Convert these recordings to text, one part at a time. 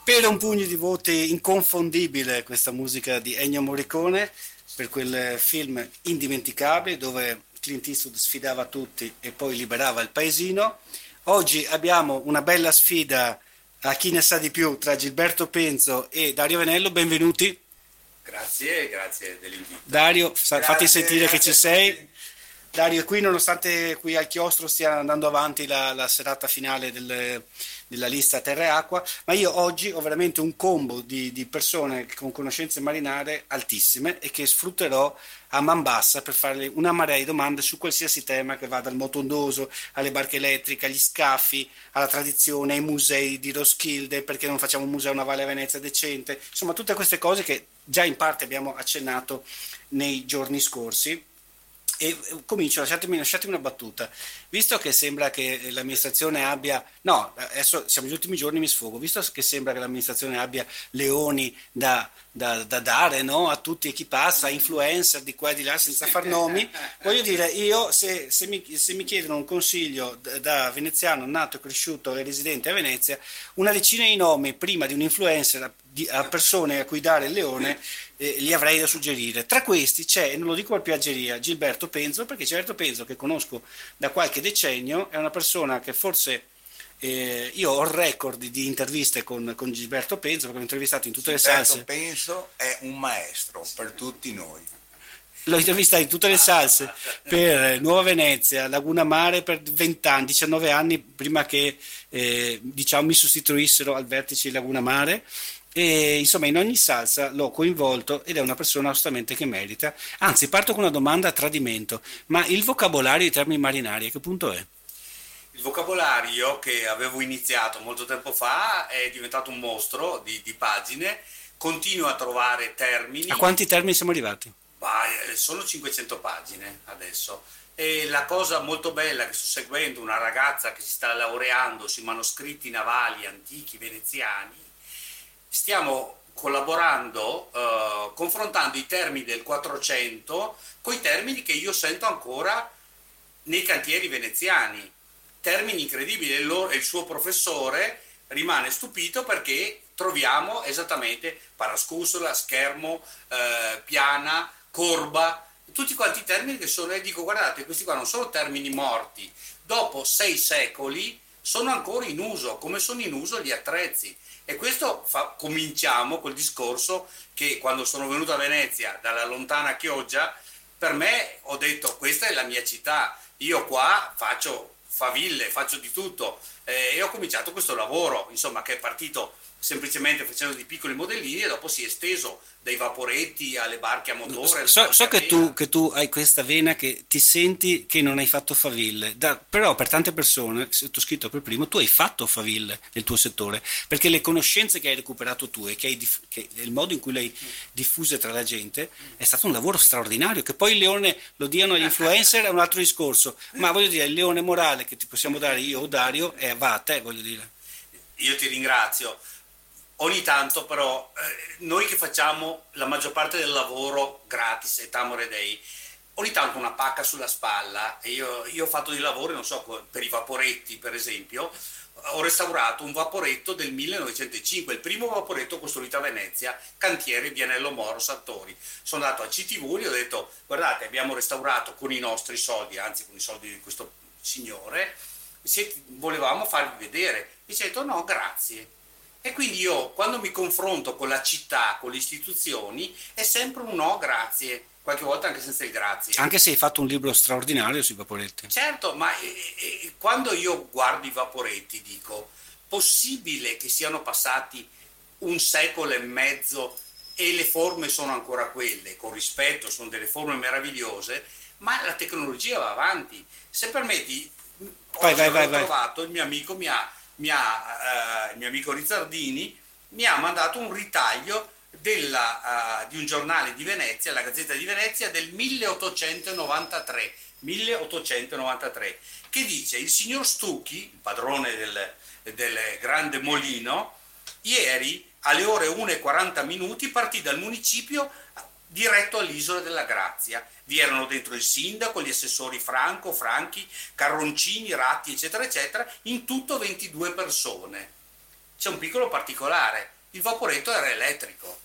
Per un pugno di voti inconfondibile questa musica di Ennio Morricone per quel film indimenticabile dove Clint Eastwood sfidava tutti e poi liberava il paesino. Oggi abbiamo una bella sfida a chi ne sa di più tra Gilberto Penzo e Dario Venello. Benvenuti. Grazie, grazie dell'invito. Dario, fatti Grazie, sentire che ci grazie a sei. tutti. Dario è qui nonostante qui al chiostro stia andando avanti la serata finale della lista Terra e Acqua, ma io oggi ho veramente un combo di persone con conoscenze marinare altissime e che sfrutterò a man bassa per farle una marea di domande su qualsiasi tema che va dal motondoso alle barche elettriche, agli scafi, alla tradizione, ai musei di Roskilde, perché non facciamo un museo navale a Venezia decente, insomma tutte queste cose che già in parte abbiamo accennato nei giorni scorsi. E comincio, lasciatemi una battuta. Visto che sembra che l'amministrazione abbia, no, adesso siamo gli ultimi giorni, mi sfogo, visto che sembra che l'amministrazione abbia leoni da dare, no, a tutti e chi passa, influencer di qua e di là senza far nomi, voglio dire, io se mi chiedono un consiglio da veneziano nato, cresciuto e residente a Venezia, una decina di nomi prima di un influencer a persone a cui dare il leone li avrei da suggerire. Tra questi c'è, e non lo dico per piaggeria, Gilberto Penzo, perché Gilberto Penzo, che conosco da qualche decennio, è una persona che forse io ho il record di interviste con Gilberto Penzo, perché l'ho intervistato in tutte le Gilberto salse. Penso è un maestro per tutti noi. L'ho intervistato in tutte le salse per Nuova Venezia, Laguna Mare per 20 anni, 19 anni prima che diciamo mi sostituissero al vertice di Laguna Mare. E insomma, in ogni salsa l'ho coinvolto ed è una persona assolutamente che merita. Anzi, parto con una domanda a tradimento: ma il vocabolario di termini marinari a che punto è? Il vocabolario che avevo iniziato molto tempo fa è diventato un mostro di pagine, continuo a trovare A termini, quanti termini siamo arrivati? sono 500 pagine adesso. E la cosa molto bella che sto seguendo, una ragazza che si sta laureando sui manoscritti navali antichi veneziani, stiamo collaborando, confrontando i termini del 400 con i termini che io sento ancora nei cantieri veneziani, termini incredibili, e il suo professore rimane stupito perché troviamo esattamente parascusola, schermo, piana, corba, tutti quanti i termini che sono, e dico guardate, questi qua non sono termini morti, dopo 6 secoli sono ancora in uso, come sono in uso gli attrezzi. E questo cominciamo col discorso che quando sono venuto a Venezia dalla lontana Chioggia, per me ho detto questa è la mia città, io qua faccio faville, faccio di tutto, e ho cominciato questo lavoro, insomma, che è partito semplicemente facendo dei piccoli modellini e dopo si è esteso dai vaporetti alle barche a motore, alle barche So a che vela. tu hai questa vena che ti senti che non hai fatto faville, però per tante persone, sottoscritto per primo, tu hai fatto faville nel tuo settore, perché le conoscenze che hai recuperato tu e che il modo in cui le hai diffuse tra la gente è stato un lavoro straordinario, che poi il leone lo diano agli influencer è un altro discorso, ma voglio dire, il leone morale che ti possiamo dare io o Dario va a te, voglio dire. Io ti ringrazio. Ogni tanto però noi che facciamo la maggior parte del lavoro gratis et amore dei, ogni tanto una pacca sulla spalla, e io ho fatto dei lavori, non so, per i vaporetti per esempio, ho restaurato un vaporetto del 1905, il primo vaporetto costruito a Venezia, cantiere Vianello Moro Sartori. Sono andato a CTV e ho detto guardate, abbiamo restaurato con i nostri soldi, anzi con i soldi di questo signore, se volevamo farvi vedere. E ci ha detto no, grazie. E quindi io quando mi confronto con la città, con le istituzioni, è sempre un no, grazie, qualche volta anche senza il grazie. Anche se hai fatto un libro straordinario sui vaporetti. Certo, ma quando io guardo i vaporetti dico, possibile che siano passati un secolo e mezzo e le forme sono ancora quelle, con rispetto, sono delle forme meravigliose, ma la tecnologia va avanti. Se permetti, Vai, oggi vai, vai, ho vai. trovato, il mio amico il mio amico Rizzardini mi ha mandato un ritaglio di un giornale di Venezia, la Gazzetta di Venezia del 1893, che dice il signor Stucchi, il padrone del grande molino, ieri alle ore 1:40 partì dal municipio diretto all'isola della Grazia. Vi erano dentro il sindaco, gli assessori Franchi, Carroncini, Ratti, eccetera, eccetera, in tutto 22 persone. C'è un piccolo particolare. il vaporetto era elettrico.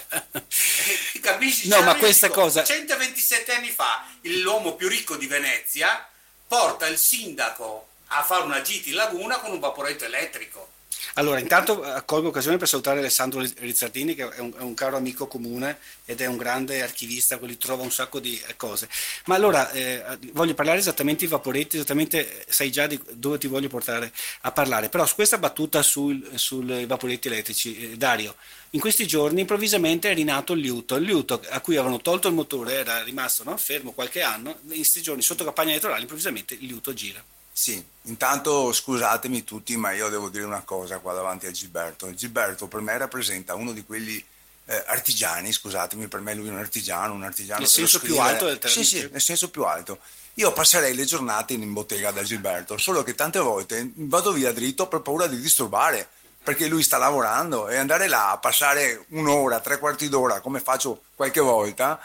Capisci? No, Cioè, ma io questa dico, cosa... 127 anni fa l'uomo più ricco di Venezia porta il sindaco a fare una gita in laguna con un vaporetto elettrico. Allora, intanto colgo l'occasione per salutare Alessandro Rizzardini, che è un caro amico comune ed è un grande archivista, quelli trova un sacco di cose. Ma allora, voglio parlare esattamente di vaporetti, esattamente sai già di dove ti voglio portare a parlare, però su questa battuta sui vaporetti elettrici, Dario, in questi giorni improvvisamente è rinato il liuto a cui avevano tolto il motore, era rimasto, no, fermo qualche anno, in questi giorni sotto campagna elettorale improvvisamente il liuto gira. Sì, intanto scusatemi tutti, ma io devo dire una cosa qua davanti a Gilberto. Gilberto per me rappresenta uno di quelli artigiani, scusatemi, per me lui è un artigiano Nel dello senso più scrivere. alto del Sì, termine. sì, nel senso più alto. Io passerei le giornate in bottega da Gilberto, solo che tante volte vado via dritto per paura di disturbare, perché lui sta lavorando e andare là a passare un'ora, tre quarti d'ora, come faccio qualche volta,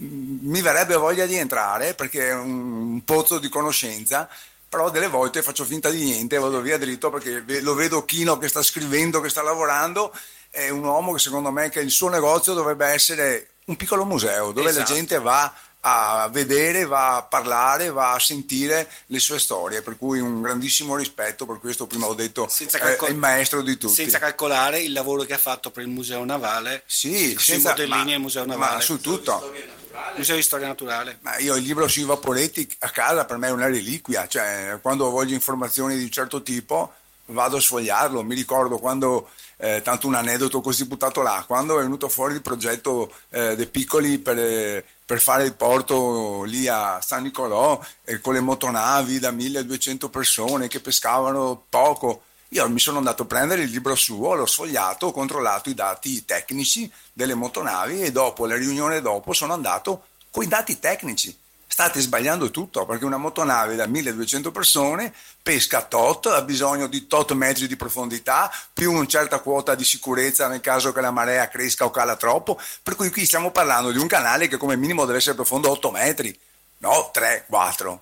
mi verrebbe voglia di entrare perché è un pozzo di conoscenza, però delle volte faccio finta di niente e vado via dritto perché lo vedo chino che sta scrivendo, che sta lavorando, è un uomo che secondo me che il suo negozio dovrebbe essere un piccolo museo dove la Esatto. gente va a vedere, va a parlare, va a sentire le sue storie, per cui un grandissimo rispetto per questo, prima ho detto, è il maestro di tutti. Senza calcolare il lavoro che ha fatto per il Museo Navale, Sì, sui modellini del Museo ma Navale, su tutto. Museo di Storia Naturale. Ma io il libro sui vaporetti a casa per me è una reliquia, cioè quando voglio informazioni di un certo tipo vado a sfogliarlo. Mi ricordo quando, tanto un aneddoto così buttato là, quando è venuto fuori il progetto dei piccoli per fare il porto lì a San Nicolò, con le motonavi da 1200 persone che pescavano poco. Io mi sono andato a prendere il libro suo, l'ho sfogliato, ho controllato i dati tecnici delle motonavi e dopo, la riunione dopo, sono andato con i dati tecnici. State sbagliando tutto, perché una motonave da 1200 persone pesca tot, ha bisogno di tot metri di profondità, più una certa quota di sicurezza nel caso che la marea cresca o cala troppo, per cui qui stiamo parlando di un canale che come minimo deve essere profondo 8 metri, no 3, 4.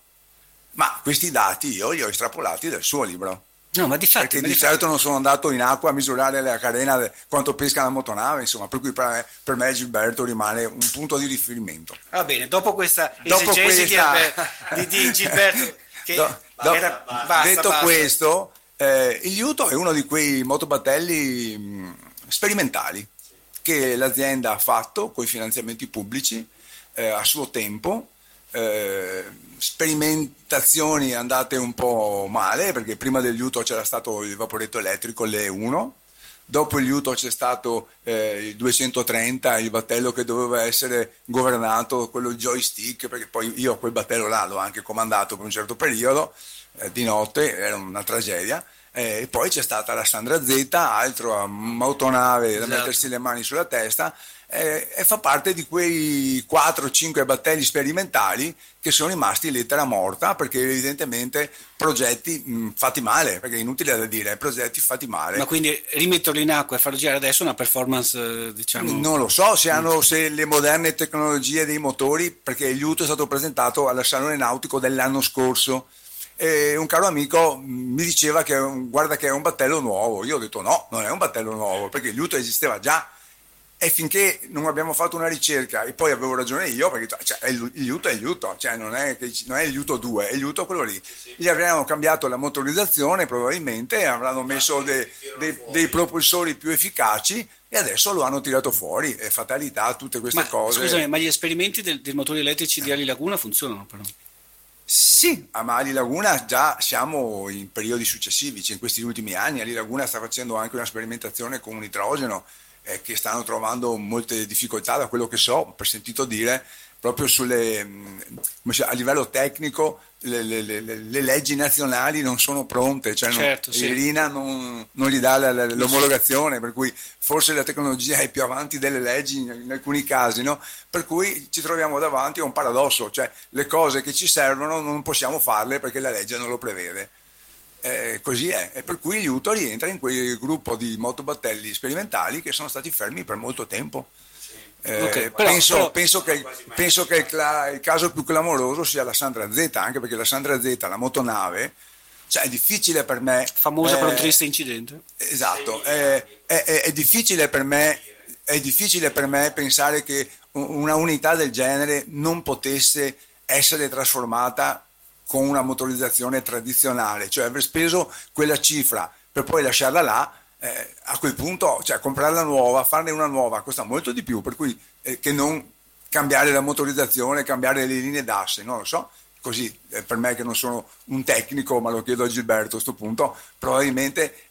Ma questi dati io li ho estrapolati dal suo libro. No, ma di fatti, Perché di certo non sono andato in acqua a misurare la carena quanto pesca la motonave, insomma, per cui per me Gilberto rimane un punto di riferimento. va bene, dopo questa Dopo esegesi questa... di Gilberto, che Detto basta. questo, il liuto è uno di quei motobattelli sperimentali che l'azienda ha fatto con i finanziamenti pubblici a suo tempo. Sperimentazioni andate un po' male perché prima del liuto c'era stato il vaporetto elettrico, l'E1, dopo il liuto c'è stato il 230, il battello che doveva essere governato, quello joystick, perché poi io quel battello là l'ho anche comandato per un certo periodo, di notte, era una tragedia. E poi c'è stata la Sandra Z, altro autonave da mettersi le mani sulla testa, e fa parte di quei 4-5 battelli sperimentali che sono rimasti lettera morta perché evidentemente progetti fatti male, perché è inutile da dire, progetti fatti male. Ma quindi rimetterlo in acqua e farlo girare adesso è una performance, diciamo... Non lo so se le moderne tecnologie dei motori, perché il liuto è stato presentato al Salone Nautico dell'anno scorso. E un caro amico mi diceva che guarda che è un battello nuovo. Io ho detto no, non è un battello nuovo perché il liuto esisteva già, e finché non abbiamo fatto una ricerca, e poi avevo ragione io perché cioè, il liuto è il liuto, cioè non è il liuto 2, è il liuto quello lì. Gli avranno cambiato la motorizzazione probabilmente, avranno messo dei propulsori più efficaci e adesso lo hanno tirato fuori, e fatalità, tutte queste cose. Scusami, ma gli esperimenti dei motori elettrici di Ali Laguna funzionano però? Sì, a Ali Laguna già siamo in periodi successivi, cioè in questi ultimi anni Ali Laguna sta facendo anche una sperimentazione con un idrogeno che stanno trovando molte difficoltà da quello che so, per sentito dire, proprio a livello tecnico le leggi nazionali non sono pronte, cioè certo, sì. l'IRINA non gli dà l'omologazione, per cui forse la tecnologia è più avanti delle leggi in alcuni casi, no? Per cui ci troviamo davanti a un paradosso, cioè le cose che ci servono non possiamo farle perché la legge non lo prevede. Così è, e per cui liuto rientra in quel gruppo di motobattelli sperimentali che sono stati fermi per molto tempo. Penso che il caso più clamoroso sia la Sandra Z, anche perché la Sandra Z, la motonave, Cioè è difficile per me. Famosa per un triste incidente. Esatto, è difficile per me, è difficile per me pensare che una unità del genere non potesse essere trasformata con una motorizzazione tradizionale, cioè aver speso quella cifra per poi lasciarla là, a quel punto, cioè comprarla nuova, farne una nuova costa molto di più, per cui che non cambiare la motorizzazione, cambiare le linee d'asse, non lo so. Così per me che non sono un tecnico, ma lo chiedo a Gilberto a questo punto, probabilmente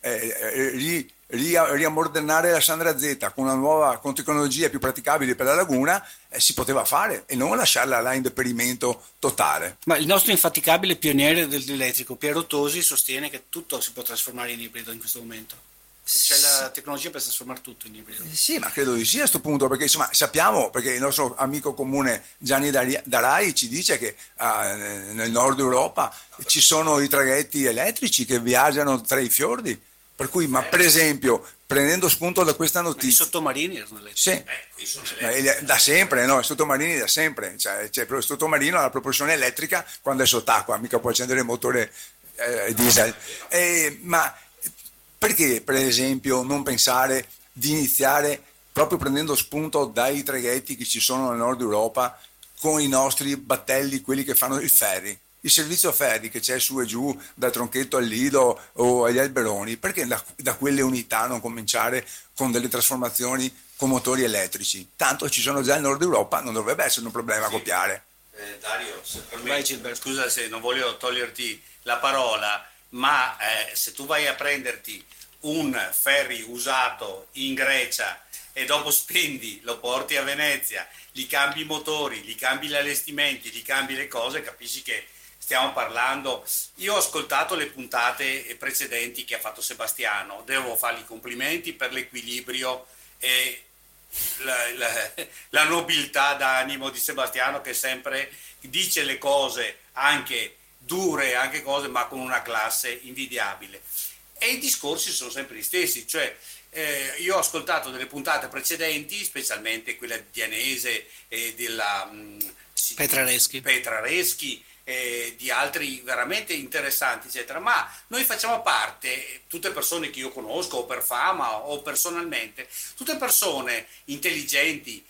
riammodernare la Sandra Z con una nuova, con tecnologie più praticabili per la laguna si poteva fare e non lasciarla là in deperimento totale. Ma il nostro infaticabile pioniere dell'elettrico, Piero Tosi, sostiene che tutto si può trasformare in ibrido in questo momento. C'è la tecnologia per trasformare tutto in ibrido. Sì, ma credo di sì a questo punto, perché insomma sappiamo, perché il nostro amico comune Gianni Darai ci dice che nel nord Europa ci sono i traghetti elettrici che viaggiano tra i fiordi, per cui, ma per esempio, prendendo spunto da questa notizia... I sottomarini erano elettrici. Sì, da sempre, no? I sottomarini da sempre, cioè il sottomarino ha la propulsione elettrica quando è sott'acqua, mica può accendere il motore diesel. Ma perché, per esempio, non pensare di iniziare proprio prendendo spunto dai traghetti che ci sono nel nord Europa con i nostri battelli, quelli che fanno il ferry, il servizio ferry che c'è su e giù dal Tronchetto al Lido o agli Alberoni, perché da quelle unità non cominciare con delle trasformazioni con motori elettrici? Tanto ci sono già nel nord Europa, non dovrebbe essere un problema copiare. Dario, scusa se non voglio toglierti la parola, ma se tu vai a prenderti un ferry usato in Grecia e dopo spendi, lo porti a Venezia, gli cambi i motori, gli cambi gli allestimenti, gli cambi le cose, capisci che stiamo parlando. Io ho ascoltato le puntate precedenti che ha fatto Sebastiano, devo fargli i complimenti per l'equilibrio e la nobiltà d'animo di Sebastiano, che sempre dice le cose anche dure, anche cose, ma con una classe invidiabile. E i discorsi sono sempre gli stessi, cioè io ho ascoltato delle puntate precedenti, specialmente quella di Anese e della Petrareschi, di altri veramente interessanti, eccetera, ma noi facciamo parte, tutte persone che io conosco o per fama o personalmente, tutte persone intelligenti,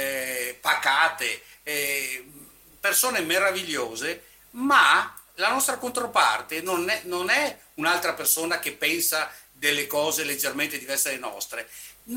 pacate, persone meravigliose, ma la nostra controparte non è un'altra persona che pensa delle cose leggermente diverse dalle nostre.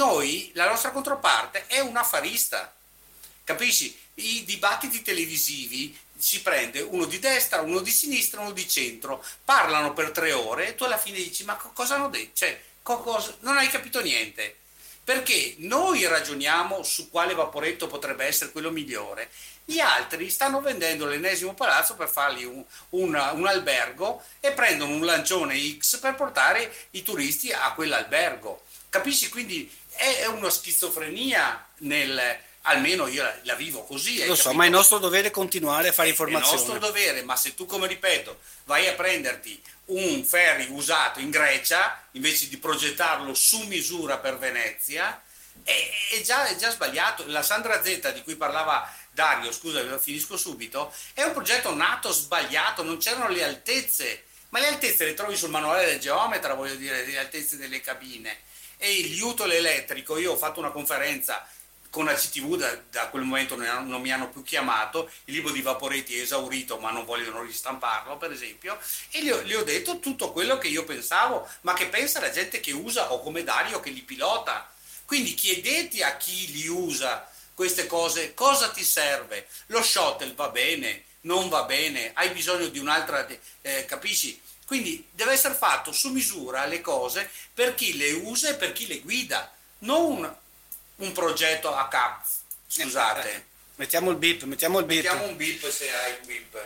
La nostra controparte è un affarista, capisci? I dibattiti televisivi si prende uno di destra, uno di sinistra, uno di centro, parlano per 3 ore e tu alla fine dici ma cosa hanno detto? Cioè, non hai capito niente. Perché noi ragioniamo su quale vaporetto potrebbe essere quello migliore, gli altri stanno vendendo l'ennesimo palazzo per fargli un albergo e prendono un lancione X per portare i turisti a quell'albergo. Capisci? Quindi è una schizofrenia almeno io la vivo così. Lo so, ma è nostro dovere continuare a fare informazioni. È nostro dovere, ma se tu, come ripeto, vai a prenderti un ferry usato in Grecia invece di progettarlo su misura per Venezia, è già sbagliato. La Sandra Z di cui parlava Dario, scusa, finisco subito, è un progetto nato sbagliato, non c'erano le altezze, ma le altezze le trovi sul manuale del geometra, voglio dire, le altezze delle cabine. E il liutolo elettrico, io ho fatto una conferenza con ACTV, da quel momento non mi hanno più chiamato, il libro di Vaporetti è esaurito ma non vogliono ristamparlo, per esempio, e gli ho detto tutto quello che io pensavo, ma che pensa la gente che usa, o come Dario che li pilota. Quindi chiedete a chi li usa queste cose, cosa ti serve? Lo shuttle va bene, non va bene, hai bisogno di un'altra, capisci? Quindi deve essere fatto su misura le cose per chi le usa e per chi le guida, non un progetto a capo. Scusate. Mettiamo il beep. Mettiamo un beep se hai un beep.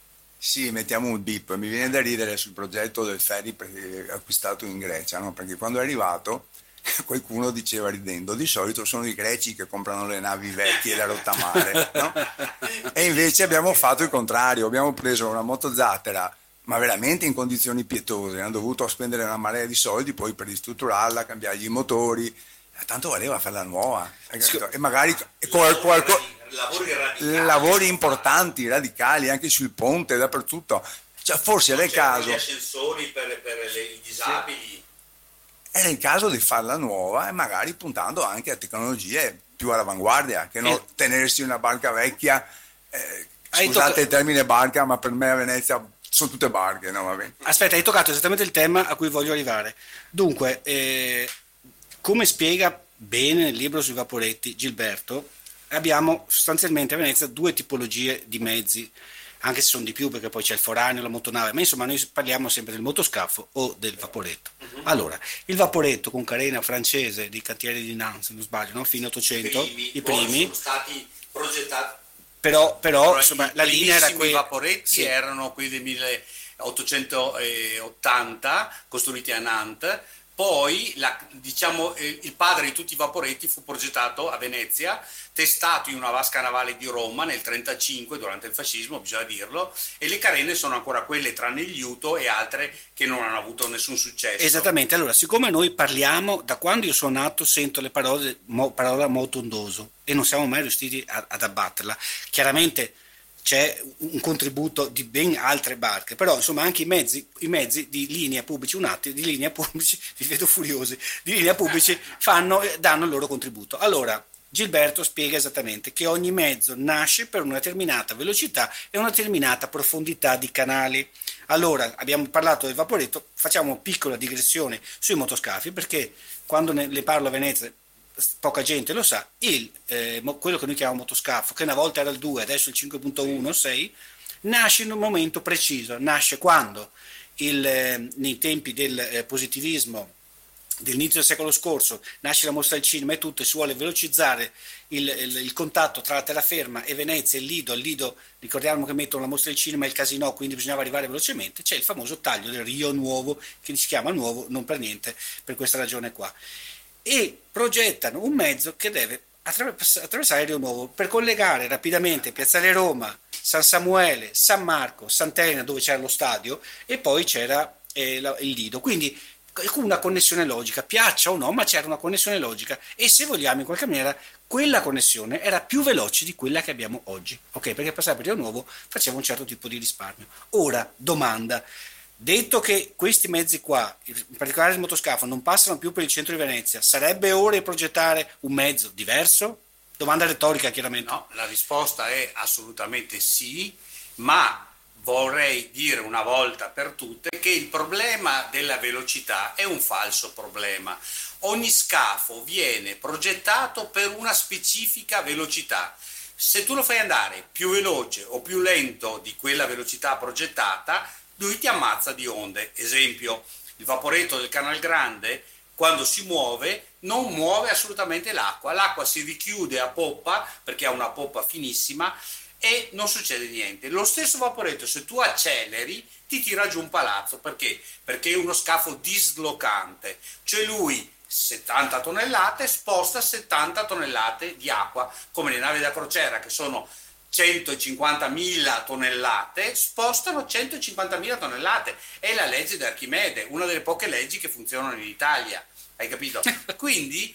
Sì, mettiamo un beep. Mi viene da ridere sul progetto del ferry acquistato in Grecia, no? Perché quando è arrivato qualcuno diceva ridendo, di solito sono i greci che comprano le navi vecchie da rottamare, no? E invece abbiamo fatto il contrario, abbiamo preso una motozattera ma veramente in condizioni pietose, hanno dovuto spendere una marea di soldi poi per ristrutturarla, cambiargli i motori, tanto valeva farla nuova, e magari lavori importanti, radicali, anche sul ponte, dappertutto, Cioè, forse era Non il c'erano gli caso, ascensori per i disabili. era il caso di farla nuova e magari puntando anche a tecnologie più all'avanguardia, che non Eh, tenersi una barca vecchia. hai Scusate tocca- il termine barca, ma per me a Venezia sono tutte barche, no? Va bene. Aspetta, hai toccato esattamente il tema a cui voglio arrivare. Dunque, come spiega bene nel libro sui vaporetti Gilberto, abbiamo sostanzialmente a Venezia due tipologie di mezzi, anche se sono di più perché poi c'è il foraneo, la motonave, ma insomma noi parliamo sempre del motoscafo o del vaporetto. Allora, il vaporetto con carena francese dei cantieri di Nantes, se non sbaglio, no? Fine 800, i Poi primi, sono stati progettati. però Allora, insomma i la linea era primissimi quella. vaporetti Sì, erano quelli del 1880, costruiti a Nantes. Poi, diciamo, il padre di tutti i vaporetti fu progettato a Venezia, testato in una vasca navale di Roma nel 1935, durante il fascismo, bisogna dirlo, e le carene sono ancora quelle, tranne il liuto e altre che non hanno avuto nessun successo. esattamente, allora siccome noi parliamo, da quando io sono nato sento le parole, parola motondoso e non siamo mai riusciti ad abbatterla, chiaramente c'è un contributo di ben altre barche, però insomma anche i mezzi di linea pubblici, un attimo, di linea pubblici, vi vedo furiosi, di linea pubblici danno il loro contributo. Allora, Gilberto spiega esattamente che ogni mezzo nasce per una determinata velocità e una determinata profondità di canali. Allora, abbiamo parlato del vaporetto, facciamo una piccola digressione sui motoscafi perché quando ne parlo a Venezia poca gente lo sa, quello che noi chiamiamo motoscafo, che una volta era il 2, adesso il 5.1, 6, nasce in un momento preciso, nasce quando nei tempi del positivismo dell'inizio del secolo scorso nasce la mostra del cinema e tutto, e si vuole velocizzare il contatto tra la terraferma e Venezia e il Lido ricordiamo che mettono la mostra del cinema e il casino, quindi bisognava arrivare velocemente, c'è il famoso taglio del Rio Nuovo, che si chiama nuovo non per niente, per questa ragione qua, e progettano un mezzo che deve attraversare il Rio Nuovo per collegare rapidamente Piazzale Roma, San Samuele, San Marco, Sant'Elena dove c'era lo stadio e poi c'era il Lido, quindi con una connessione logica, piaccia o no, ma c'era una connessione logica e se vogliamo in qualche maniera quella connessione era più veloce di quella che abbiamo oggi, ok? Perché passare per Rio Nuovo faceva un certo tipo di risparmio. Ora, domanda, detto che questi mezzi qua, in particolare il motoscafo, non passano più per il centro di Venezia, sarebbe ora di progettare un mezzo diverso? Domanda retorica, chiaramente. No, la risposta è assolutamente sì, ma vorrei dire una volta per tutte che il problema della velocità è un falso problema. Ogni scafo viene progettato per una specifica velocità. Se tu lo fai andare più veloce o più lento di quella velocità progettata, lui ti ammazza di onde. Esempio, il vaporetto del Canal Grande, quando si muove, non muove assolutamente l'acqua. L'acqua si richiude a poppa, perché ha una poppa finissima, e non succede niente. Lo stesso vaporetto, se tu acceleri, ti tira giù un palazzo. Perché? Perché è uno scafo dislocante. Cioè lui 70 tonnellate sposta 70 tonnellate di acqua, come le navi da crociera che sono 150.000 tonnellate, spostano 150.000 tonnellate. È la legge di Archimede, una delle poche leggi che funzionano in Italia, hai capito? Quindi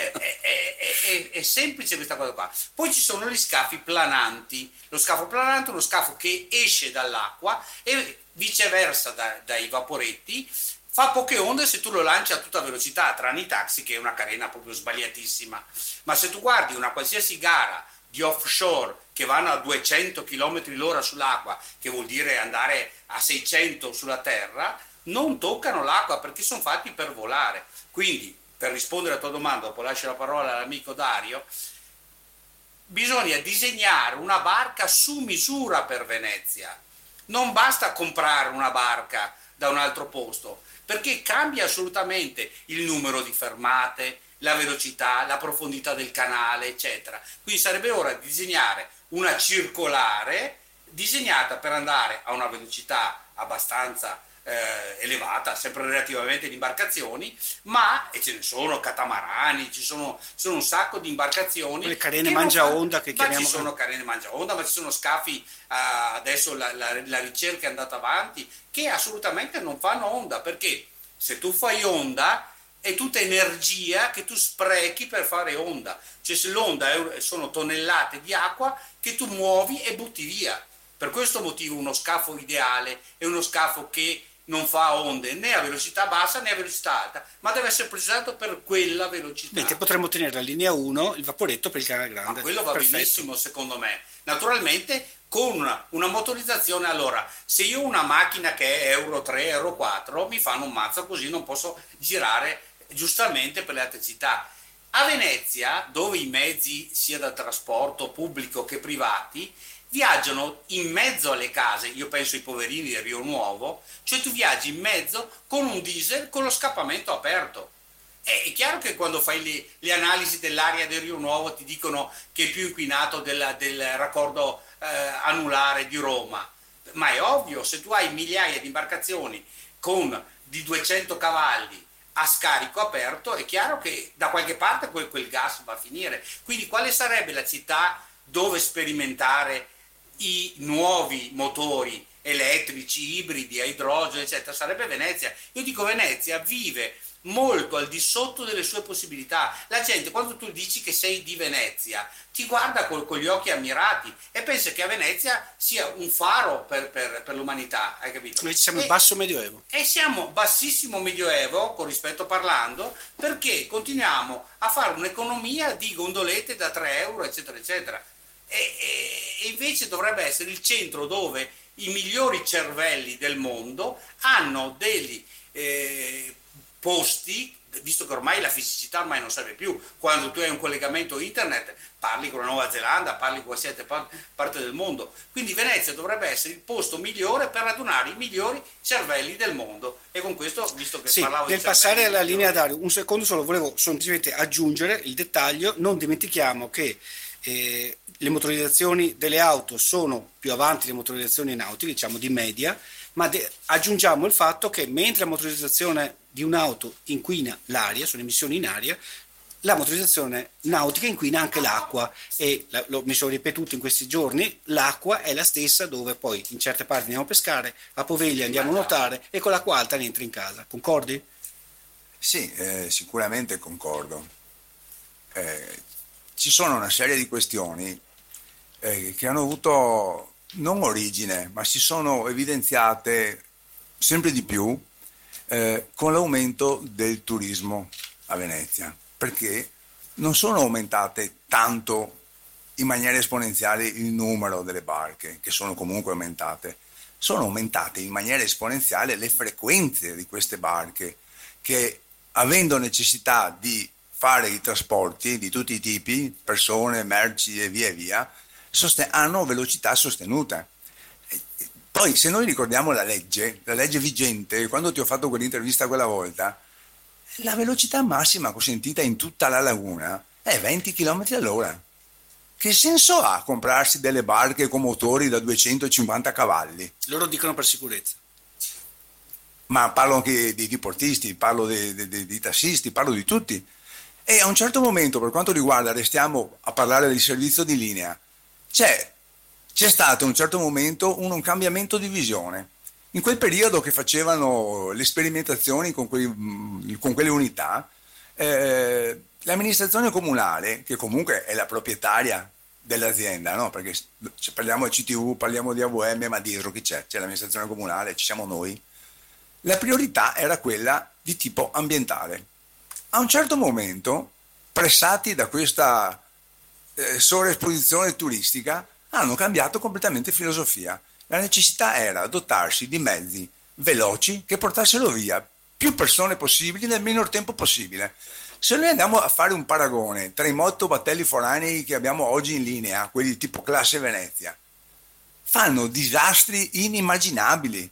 è semplice questa cosa qua. Poi ci sono gli scafi plananti. Lo scafo planante è uno scafo che esce dall'acqua e viceversa dai vaporetti, fa poche onde se tu lo lanci a tutta velocità, tranne i taxi che è una carena proprio sbagliatissima. Ma se tu guardi una qualsiasi gara di offshore che vanno a 200 km l'ora sull'acqua, che vuol dire andare a 600 sulla terra, non toccano l'acqua perché sono fatti per volare. Quindi, per rispondere alla tua domanda, dopo lascio la parola all'amico Dario, bisogna disegnare una barca su misura per Venezia. Non basta comprare una barca da un altro posto, perché cambia assolutamente il numero di fermate, la velocità, la profondità del canale, eccetera. Quindi sarebbe ora di disegnare una circolare disegnata per andare a una velocità abbastanza elevata, sempre relativamente di imbarcazioni, ma, e ce ne sono catamarani, ci sono un sacco di imbarcazioni. Le carene mangia onda che ma chiamiamo. ci sono carene mangia onda, ma ci sono scafi, adesso la ricerca è andata avanti, che assolutamente non fanno onda, perché se tu fai onda è tutta energia che tu sprechi per fare onda, cioè se l'onda sono tonnellate di acqua che tu muovi e butti via. Per questo motivo uno scafo ideale è uno scafo che non fa onde né a velocità bassa né a velocità alta, ma deve essere progettato per quella velocità. Mentre potremmo tenere la linea 1, il vaporetto per il canale grande. Ma quello va Perfetto. benissimo secondo me. Naturalmente con una motorizzazione, allora, se io ho una macchina che è Euro 3, Euro 4, mi fanno un mazzo così, non posso girare giustamente per le altre città. A Venezia, dove i mezzi sia da trasporto pubblico che privati viaggiano in mezzo alle case, io penso ai poverini del Rio Nuovo, cioè tu viaggi in mezzo con un diesel con lo scappamento aperto. È chiaro che quando fai le analisi dell'aria del Rio Nuovo ti dicono che è più inquinato del raccordo anulare di Roma, ma è ovvio, se tu hai migliaia di imbarcazioni di 200 cavalli a scarico aperto, è chiaro che da qualche parte quel gas va a finire. Quindi quale sarebbe la città dove sperimentare i nuovi motori elettrici, ibridi, a idrogeno, eccetera? Sarebbe Venezia. Io dico Venezia vive molto al di sotto delle sue possibilità. La gente, quando tu dici che sei di Venezia, ti guarda con gli occhi ammirati e pensa che a Venezia sia un faro per l'umanità, hai capito? Noi siamo in basso medioevo. E siamo bassissimo medioevo, con rispetto parlando, perché continuiamo a fare un'economia di gondolette da 3 euro, eccetera, eccetera. E invece dovrebbe essere il centro dove i migliori cervelli del mondo hanno degli posti, visto che ormai la fisicità ormai non serve più, quando tu hai un collegamento internet parli con la Nuova Zelanda, parli con qualsiasi parte del mondo. Quindi Venezia dovrebbe essere il posto migliore per radunare i migliori cervelli del mondo. E con questo, visto che parlavo nel di passare alla linea migliori, Dario, un secondo solo, volevo semplicemente aggiungere il dettaglio, non dimentichiamo che le motorizzazioni delle auto sono più avanti delle motorizzazioni nautiche, diciamo di media, ma aggiungiamo il fatto che mentre la motorizzazione di un'auto inquina l'aria, sono emissioni in aria, la motorizzazione nautica inquina anche l'acqua e mi sono ripetuto in questi giorni, l'acqua è la stessa dove poi in certe parti andiamo a pescare, a Poveglia andiamo a nuotare e con l'acqua alta ne entri in casa. Concordi? Sì, sicuramente concordo. Ci sono una serie di questioni che hanno avuto non origine, ma si sono evidenziate sempre di più con l'aumento del turismo a Venezia, perché non sono aumentate tanto in maniera esponenziale il numero delle barche, che sono comunque aumentate, sono aumentate in maniera esponenziale le frequenze di queste barche, che avendo necessità di fare i trasporti di tutti i tipi, persone, merci e via, hanno velocità sostenute. Poi se noi ricordiamo la legge vigente, quando ti ho fatto quell'intervista quella volta, la velocità massima consentita in tutta la laguna è 20 km all'ora. Che senso ha comprarsi delle barche con motori da 250 cavalli? Loro dicono per sicurezza. Ma parlo anche di portisti, parlo di tassisti, parlo di tutti. E a un certo momento, per quanto riguarda, restiamo a parlare del servizio di linea, c'è stato a un certo momento un cambiamento di visione. In quel periodo che facevano le sperimentazioni con quelle unità, l'amministrazione comunale, che comunque è la proprietaria dell'azienda, no? Perché parliamo di CTU, parliamo di AVM, ma dietro chi c'è? C'è l'amministrazione comunale, ci siamo noi. La priorità era quella di tipo ambientale. A un certo momento, pressati da questa sovraesposizione turistica, hanno cambiato completamente filosofia. La necessità era dotarsi di mezzi veloci che portassero via più persone possibili nel minor tempo possibile. Se noi andiamo a fare un paragone tra i motobattelli foranei che abbiamo oggi in linea, quelli tipo classe Venezia, fanno disastri inimmaginabili.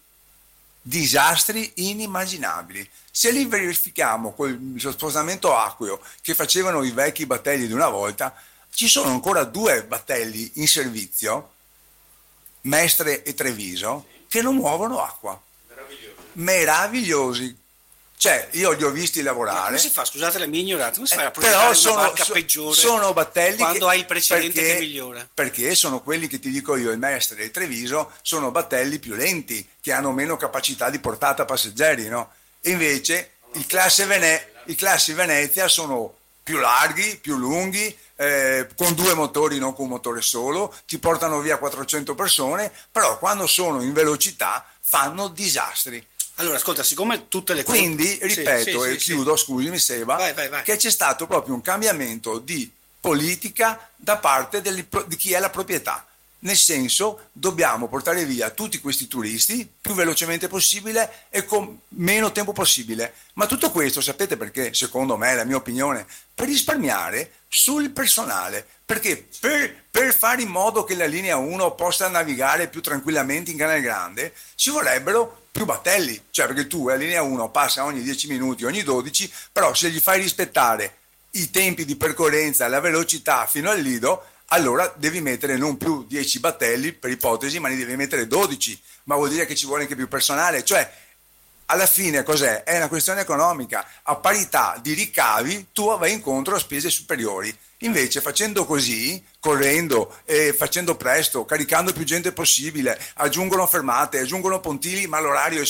Se li verifichiamo con lo spostamento acqueo che facevano i vecchi battelli di una volta, ci sono ancora 2 battelli in servizio, Mestre e Treviso, che non muovono acqua. Meravigliosi. Cioè, io li ho visti lavorare. Ma come si fa? Scusate la mia ignoranza, come si fa a progettare una barca peggiore sono battelli quando hai il precedente che migliora? Perché sono quelli che ti dico io, il Mestre e il Treviso, sono battelli più lenti, che hanno meno capacità di portata passeggeri, no? E invece i classi Venezia sono più larghi, più lunghi, con 2 motori, non con un motore solo, ti portano via 400 persone, però quando sono in velocità fanno disastri. Allora, ascolta, siccome tutte le cose... Quindi, ripeto, e chiudo, sì. scusami Seba, Vai. che c'è stato proprio un cambiamento di politica da parte di chi è la proprietà. Nel senso, dobbiamo portare via tutti questi turisti più velocemente possibile e con meno tempo possibile. Ma tutto questo, sapete perché? Secondo me, la mia opinione, per risparmiare sul personale. Perché per fare in modo che la linea 1 possa navigare più tranquillamente in Canale Grande, ci vorrebbero più battelli. Cioè, perché tu la linea 1 passa ogni 10 minuti, ogni 12, però se gli fai rispettare i tempi di percorrenza, la velocità fino al Lido, allora devi mettere non più 10 battelli per ipotesi, ma ne devi mettere 12, ma vuol dire che ci vuole anche più personale, cioè alla fine cos'è? È una questione economica, a parità di ricavi tu vai incontro a spese superiori, invece facendo così, correndo, facendo presto, caricando più gente possibile, aggiungono fermate, aggiungono pontili, ma l'orario è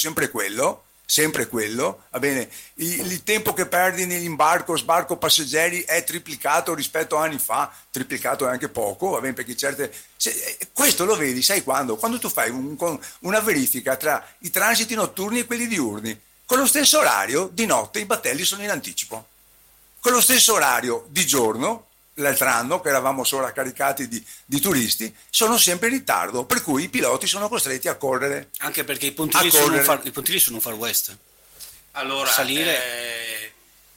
sempre quello, va bene, il tempo che perdi nell'imbarco, sbarco passeggeri è triplicato rispetto a anni fa, triplicato è anche poco, va bene, perché questo lo vedi, sai quando? Quando tu fai una verifica tra i transiti notturni e quelli diurni, con lo stesso orario di notte i battelli sono in anticipo, con lo stesso orario di giorno, l'altro anno che eravamo sovracaricati di turisti, sono sempre in ritardo, per cui i piloti sono costretti a correre. Anche perché i pontili sono un far west. Allora, salire...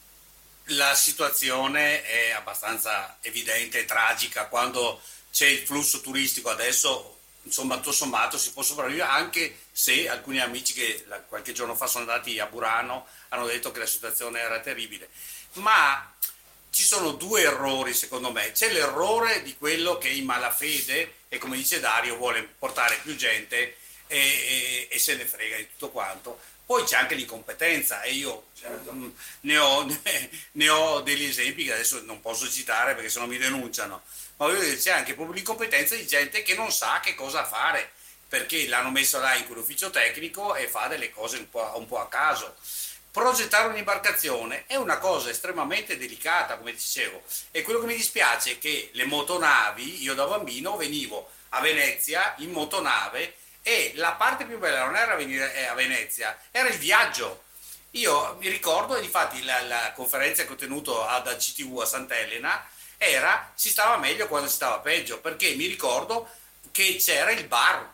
la situazione è abbastanza evidente e tragica quando c'è il flusso turistico. Adesso, insomma, tutto sommato si può sopravvivere, anche se alcuni amici che qualche giorno fa sono andati a Burano hanno detto che la situazione era terribile. Ma ci sono 2 errori secondo me. C'è l'errore di quello che in malafede e, come dice Dario, vuole portare più gente e se ne frega di tutto quanto. Poi c'è anche l'incompetenza e io ne ho degli esempi che adesso non posso citare perché sennò mi denunciano, ma voglio dire, c'è anche proprio l'incompetenza di gente che non sa che cosa fare perché l'hanno messo là in quell'ufficio tecnico e fa delle cose un po' a caso. Progettare un'imbarcazione è una cosa estremamente delicata, come dicevo, e quello che mi dispiace è che le motonavi, io da bambino venivo a Venezia in motonave e la parte più bella non era venire a Venezia, era il viaggio. Io mi ricordo, e difatti la conferenza che ho tenuto da CTV a Sant'Elena si stava meglio quando si stava peggio, perché mi ricordo che c'era il bar.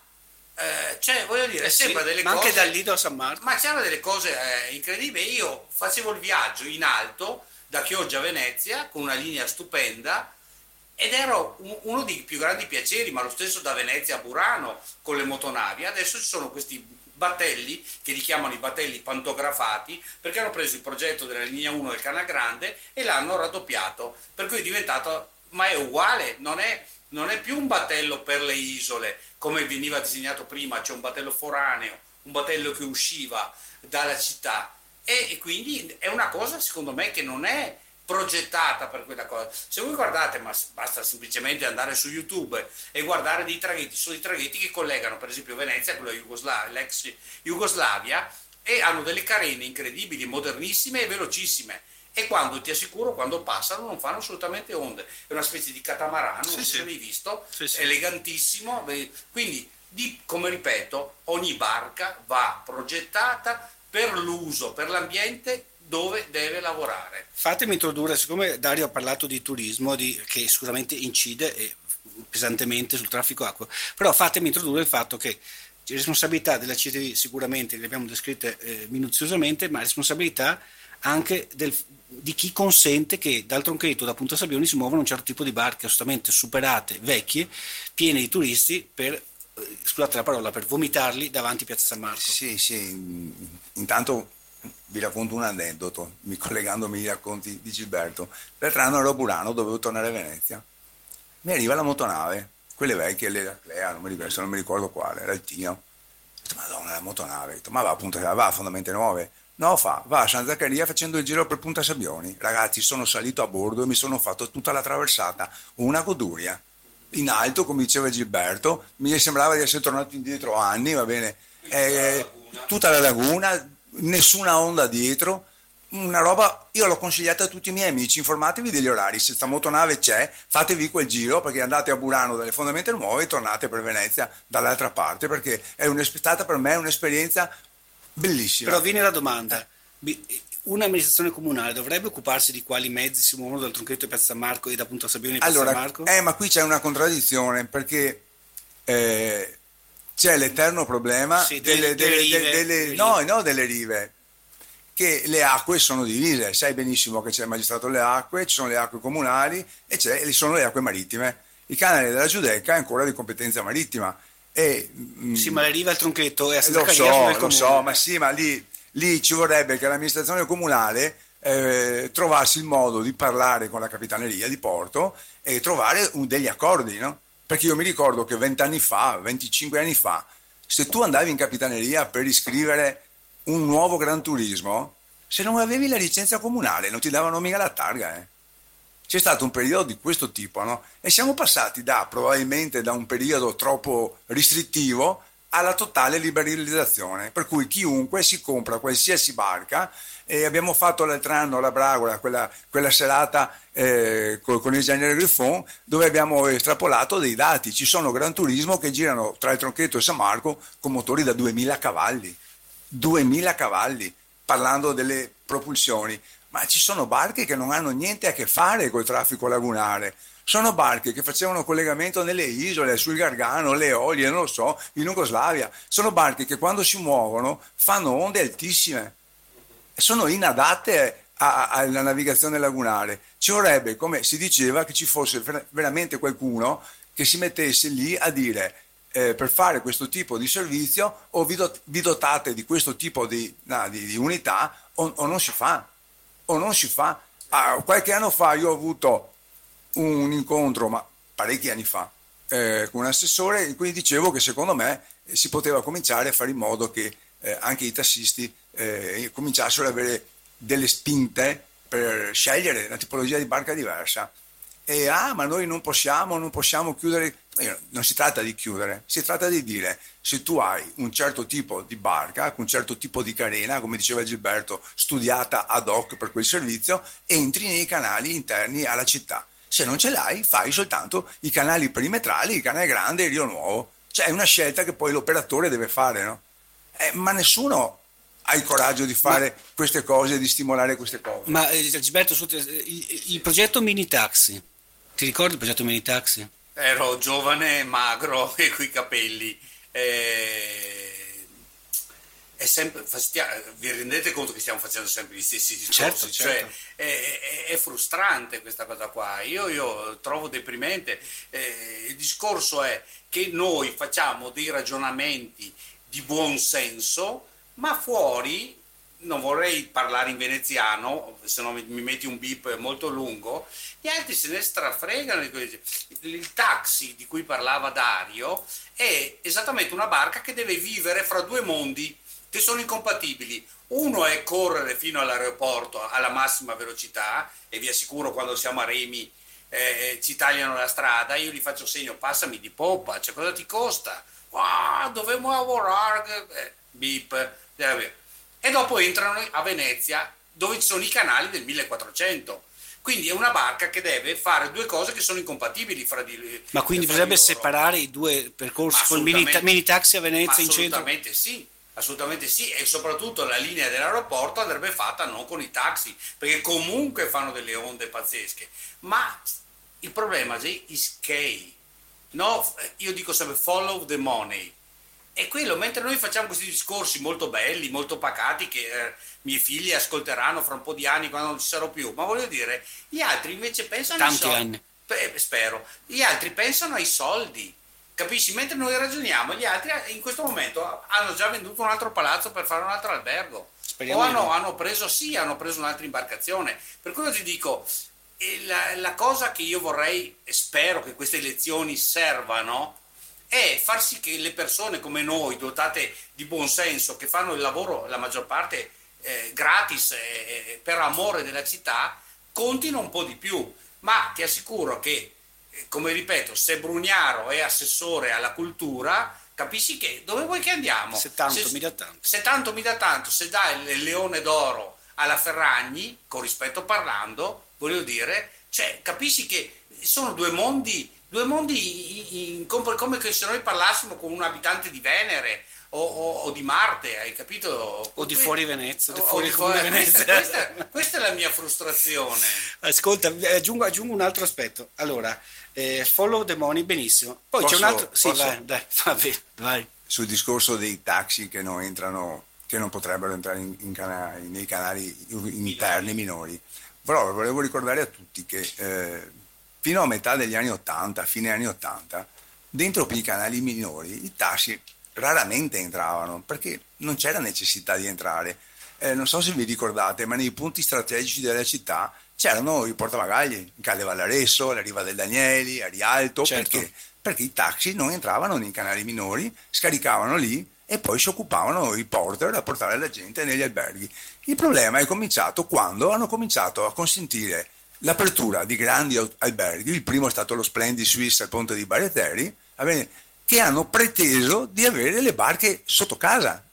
Cioè, voglio dire, sembra delle ma cose, anche dal Lido a San Marco, ma c'erano delle cose incredibili. Io facevo il viaggio in alto da Chioggia a Venezia con una linea stupenda ed ero uno dei più grandi piaceri, ma lo stesso da Venezia a Burano con le motonavi. Adesso ci sono questi battelli che li chiamano i battelli pantografati perché hanno preso il progetto della linea 1 del Canal Grande e l'hanno raddoppiato, per cui è diventato, ma è uguale, non è più un battello per le isole come veniva disegnato prima, c'è un battello foraneo, un battello che usciva dalla città e quindi è una cosa secondo me che non è progettata per quella cosa. Se voi guardate, ma basta semplicemente andare su YouTube e guardare dei traghetti, sono dei traghetti che collegano per esempio Venezia con l'ex Jugoslavia e hanno delle carene incredibili, modernissime e velocissime. E quando, ti assicuro, quando passano non fanno assolutamente onde, è una specie di catamarano, non so se l'hai visto, elegantissimo, quindi come ripeto, ogni barca va progettata per l'uso, per l'ambiente dove deve lavorare. Fatemi introdurre, siccome Dario ha parlato di turismo che sicuramente incide pesantemente sul traffico acqua, però fatemi introdurre il fatto che responsabilità della CTV sicuramente le abbiamo descritte minuziosamente, ma responsabilità anche di chi consente che dal Tronchetto, da Punta Sabbioni, si muovono un certo tipo di barche assolutamente superate, vecchie, piene di turisti scusate la parola, per vomitarli davanti a Piazza San Marco. Sì, intanto vi racconto un aneddoto, collegandomi ai racconti di Gilberto. L'altro anno ero a Burano, dovevo tornare a Venezia. Mi arriva la motonave, quelle vecchie, l'Aclea, non mi ricordo quale, era il Tino. Ho detto, Madonna, la motonave. Ho detto, ma va a Fondamente Nuove. No, va a San Zaccaria facendo il giro per Punta Sabbioni. Ragazzi, sono salito a bordo e mi sono fatto tutta la traversata, una goduria. In alto, come diceva Gilberto, mi sembrava di essere tornato indietro anni, va bene, tutta la laguna, nessuna onda dietro, una roba, io l'ho consigliata a tutti i miei amici, informatevi degli orari, se sta motonave c'è, fatevi quel giro perché andate a Burano dalle fondamenta nuove e tornate per Venezia dall'altra parte, perché stata per me un'esperienza bellissima. Però viene la domanda, un'amministrazione comunale dovrebbe occuparsi di quali mezzi si muovono dal Trunchetto di Piazza San Marco e da Punta Sabbione di Piazza San Allora, Marco? ma qui c'è una contraddizione perché c'è l'eterno problema Sì, delle rive. no, delle rive, che le acque sono divise. Sai benissimo che c'è il magistrato delle acque, ci sono le acque comunali e ci sono le acque marittime. Il canale della Giudecca è ancora di competenza marittima. Sì, ma le rive al Trunchetto è a Lo Saccaria del so, comune. ma sì, ma lì ci vorrebbe che l'amministrazione comunale trovasse il modo di parlare con la capitaneria di porto e trovare degli accordi, no? Perché io mi ricordo che 20 anni fa, 25 anni fa, se tu andavi in capitaneria per iscrivere un nuovo Gran Turismo, se non avevi la licenza comunale non ti davano mica la targa, eh. C'è stato un periodo di questo tipo, no? E siamo passati probabilmente da un periodo troppo restrittivo alla totale liberalizzazione, per cui chiunque si compra qualsiasi barca, e abbiamo fatto l'altro anno la Bragola, quella serata con il genere Griffon, dove abbiamo estrapolato dei dati. Ci sono Gran Turismo che girano tra il Tronchetto e San Marco con motori da 2000 cavalli, 2000 cavalli, parlando delle propulsioni, ma ci sono barche che non hanno niente a che fare col traffico lagunare. Sono barche che facevano collegamento nelle isole, sul Gargano, le Eolie, non lo so, in Jugoslavia. Sono barche che quando si muovono fanno onde altissime. Sono inadatte alla navigazione lagunare. Ci vorrebbe, come si diceva, che ci fosse veramente qualcuno che si mettesse lì a dire per fare questo tipo di servizio o vi dotate di questo tipo di unità o non si fa. O non si fa. Qualche anno fa io ho avuto un incontro, ma parecchi anni fa, con un assessore in cui dicevo che secondo me si poteva cominciare a fare in modo che anche i tassisti cominciassero ad avere delle spinte per scegliere una tipologia di barca diversa. Ma noi non possiamo chiudere. Non si tratta di chiudere, si tratta di dire: se tu hai un certo tipo di barca, un certo tipo di carena, come diceva Gilberto, studiata ad hoc per quel servizio, entri nei canali interni alla città. Se non ce l'hai, fai soltanto i canali perimetrali, il canale grande e il Rio Nuovo. Cioè è una scelta che poi l'operatore deve fare, no? Ma nessuno ha il coraggio di fare queste cose, di stimolare queste cose. Ma Gilberto, il progetto Mini Taxi, ti ricordi il progetto Mini Taxi? Ero giovane, magro e coi capelli. È sempre, vi rendete conto che stiamo facendo sempre gli stessi discorsi? Certo. Cioè, è frustrante questa cosa qua. Io trovo deprimente. Il discorso è che noi facciamo dei ragionamenti di buon senso, ma fuori, non vorrei parlare in veneziano, se no mi metti un beep molto lungo, gli altri se ne strafregano. Il taxi di cui parlava Dario è esattamente una barca che deve vivere fra due mondi che sono incompatibili. Uno è correre fino all'aeroporto alla massima velocità, e vi assicuro quando siamo a Remi ci tagliano la strada, io gli faccio segno: passami di poppa, cioè cosa ti costa? Dovevo lavorare, beep. E dopo entrano a Venezia, dove ci sono i canali del 1400. Quindi è una barca che deve fare due cose che sono incompatibili fra di loro. Ma quindi bisognerebbe separare i due percorsi col mini taxi a Venezia in centro? Assolutamente sì, e soprattutto la linea dell'aeroporto andrebbe fatta non con i taxi, perché comunque fanno delle onde pazzesche. Ma il problema è che no, io dico sempre follow the money. E quello, mentre noi facciamo questi discorsi molto belli, molto pacati, che miei figli ascolteranno fra un po' di anni quando non ci sarò più, ma voglio dire, gli altri invece pensano ai soldi. Tanti anni. Spero. Gli altri pensano ai soldi, capisci? Mentre noi ragioniamo, gli altri in questo momento hanno già venduto un altro palazzo per fare un altro albergo. Speriamo hanno preso un'altra imbarcazione. Per quello ti dico, la cosa che io vorrei e spero che queste elezioni servano è far sì che le persone come noi, dotate di buon senso, che fanno il lavoro la maggior parte gratis per amore della città, contino un po' di più. Ma ti assicuro che, come ripeto, se Brugnaro è assessore alla cultura, capisci che dove vuoi che andiamo? Se tanto mi dà tanto. Se tanto mi dà tanto, se dà il leone d'oro alla Ferragni, con rispetto parlando, voglio dire, cioè, capisci che sono due mondi come che se noi parlassimo con un abitante di Venere o di Marte, hai capito? O di fuori Venezia, O di fuori Venezia. Questa è la mia frustrazione. Ascolta, aggiungo un altro aspetto. Allora, follow the money, benissimo. Poi c'è un altro. Sì, Posso? vai, dai, vai. Sul discorso dei taxi che non potrebbero entrare nei canali interni minori. Però volevo ricordare a tutti che fino a metà degli anni 80, fine anni 80, dentro i canali minori i taxi raramente entravano perché non c'era necessità di entrare. Non so se vi ricordate, ma nei punti strategici della città c'erano i portabagagli, Calle Vallaresso, la Riva del Danieli, a Rialto, Certo. perché i taxi non entravano nei canali minori, scaricavano lì e poi si occupavano i porter a portare la gente negli alberghi. Il problema è cominciato quando hanno cominciato a consentire l'apertura di grandi alberghi, il primo è stato lo Splendid Suisse al ponte di Barrieteri, che hanno preteso di avere le barche sotto casa,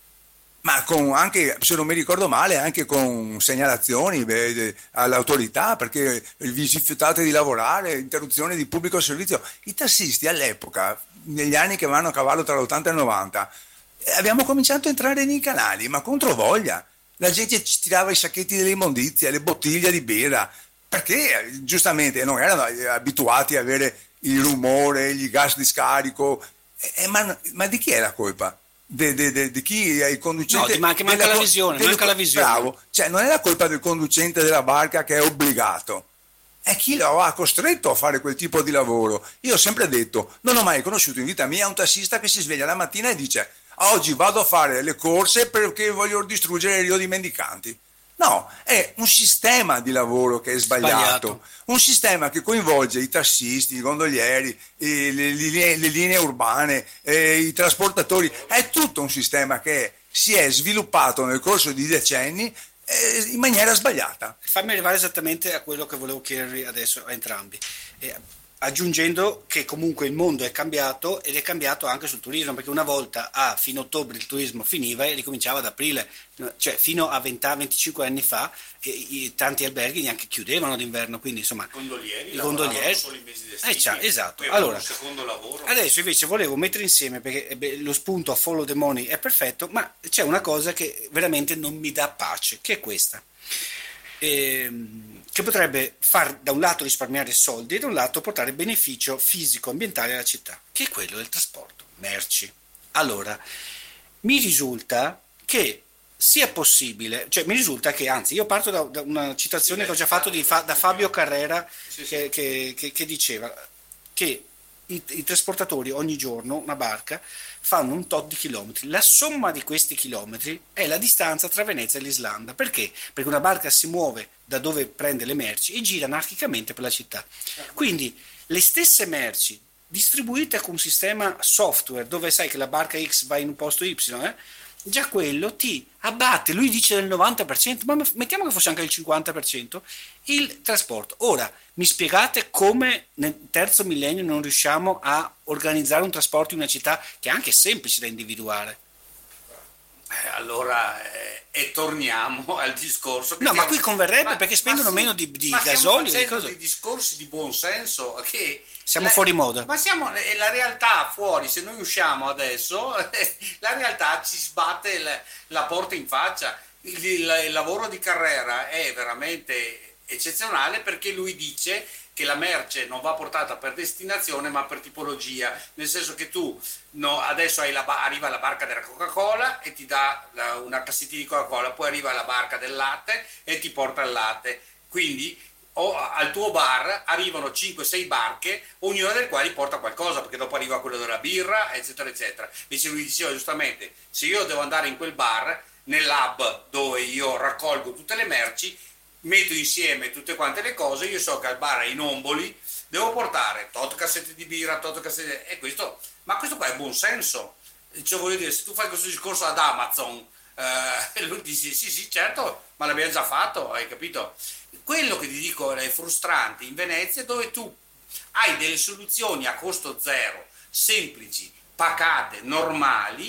ma con anche, se non mi ricordo male, anche con segnalazioni all'autorità perché vi rifiutate di lavorare, interruzione di pubblico servizio. I tassisti all'epoca, negli anni che vanno a cavallo tra l'80 e il 90, abbiamo cominciato a entrare nei canali, ma contro voglia. La gente ci tirava i sacchetti dell'immondizia, le bottiglie di birra, perché giustamente non erano abituati a avere il rumore, gli gas di scarico. Ma di chi è la colpa? Di chi è il conducente? No, manca la visione, manca la visione. Bravo, cioè non è la colpa del conducente della barca che è obbligato, è chi lo ha costretto a fare quel tipo di lavoro. Io ho sempre detto, non ho mai conosciuto in vita mia un tassista che si sveglia la mattina e dice oggi vado a fare le corse perché voglio distruggere il Rio di mendicanti. No, è un sistema di lavoro che è sbagliato. Un sistema che coinvolge i tassisti, i gondolieri, le linee urbane, i trasportatori. È tutto un sistema che si è sviluppato nel corso di decenni in maniera sbagliata. Fammi arrivare esattamente a quello che volevo chiedervi adesso a entrambi. Aggiungendo che comunque il mondo è cambiato ed è cambiato anche sul turismo, perché una volta a fine ottobre il turismo finiva e ricominciava ad aprile, cioè fino a 20-25 anni fa tanti alberghi neanche chiudevano d'inverno, quindi insomma I gondolieri solo i mesi estivi, esatto. poi Allora, un secondo lavoro. adesso invece volevo mettere insieme, perché lo spunto a follow the money è perfetto, ma c'è una cosa che veramente non mi dà pace, che è questa. Che potrebbe far da un lato risparmiare soldi e da un lato portare beneficio fisico ambientale alla città, che è quello del trasporto merci. Allora, mi risulta che sia possibile, cioè mi risulta che, anzi, io parto da una citazione che ho già fatto da Fabio Carrera, che diceva che i trasportatori ogni giorno, una barca, fanno un tot di chilometri. La somma di questi chilometri è la distanza tra Venezia e l'Islanda. Perché? Perché una barca si muove da dove prende le merci e gira anarchicamente per la città. Quindi le stesse merci distribuite con un sistema software dove sai che la barca X va in un posto Y, già quello ti abbatte, lui dice del 90%, ma mettiamo che fosse anche il 50%, il trasporto. Ora, mi spiegate come nel terzo millennio non riusciamo a organizzare un trasporto in una città che è anche semplice da individuare? Allora, e torniamo al discorso. No, ma qui converrebbe perché spendono meno di gasolio. Stiamo facendo dei discorsi di buon senso che siamo fuori moda. Ma la realtà fuori, se noi usciamo adesso, la realtà ci sbatte la porta in faccia. Il lavoro di Carrera è veramente eccezionale perché lui dice che la merce non va portata per destinazione ma per tipologia, nel senso che tu adesso arriva la barca della Coca-Cola e ti dà una cassettina di Coca-Cola, poi arriva la barca del latte e ti porta il latte, quindi al tuo bar arrivano 5-6 barche, ognuna delle quali porta qualcosa, perché dopo arriva quello della birra, eccetera eccetera. Invece lui diceva giustamente, se io devo andare in quel bar, nell'hub dove io raccolgo tutte le merci, metto insieme tutte quante le cose, io so che al bar in Omboli devo portare tot cassette di birra, tot cassette, ma questo qua è buon senso. Cioè, voglio dire, se tu fai questo discorso ad Amazon, lui dice sì certo, ma l'abbiamo già fatto, hai capito? Quello che ti dico è frustrante in Venezia, dove tu hai delle soluzioni a costo zero, semplici, pacate, normali,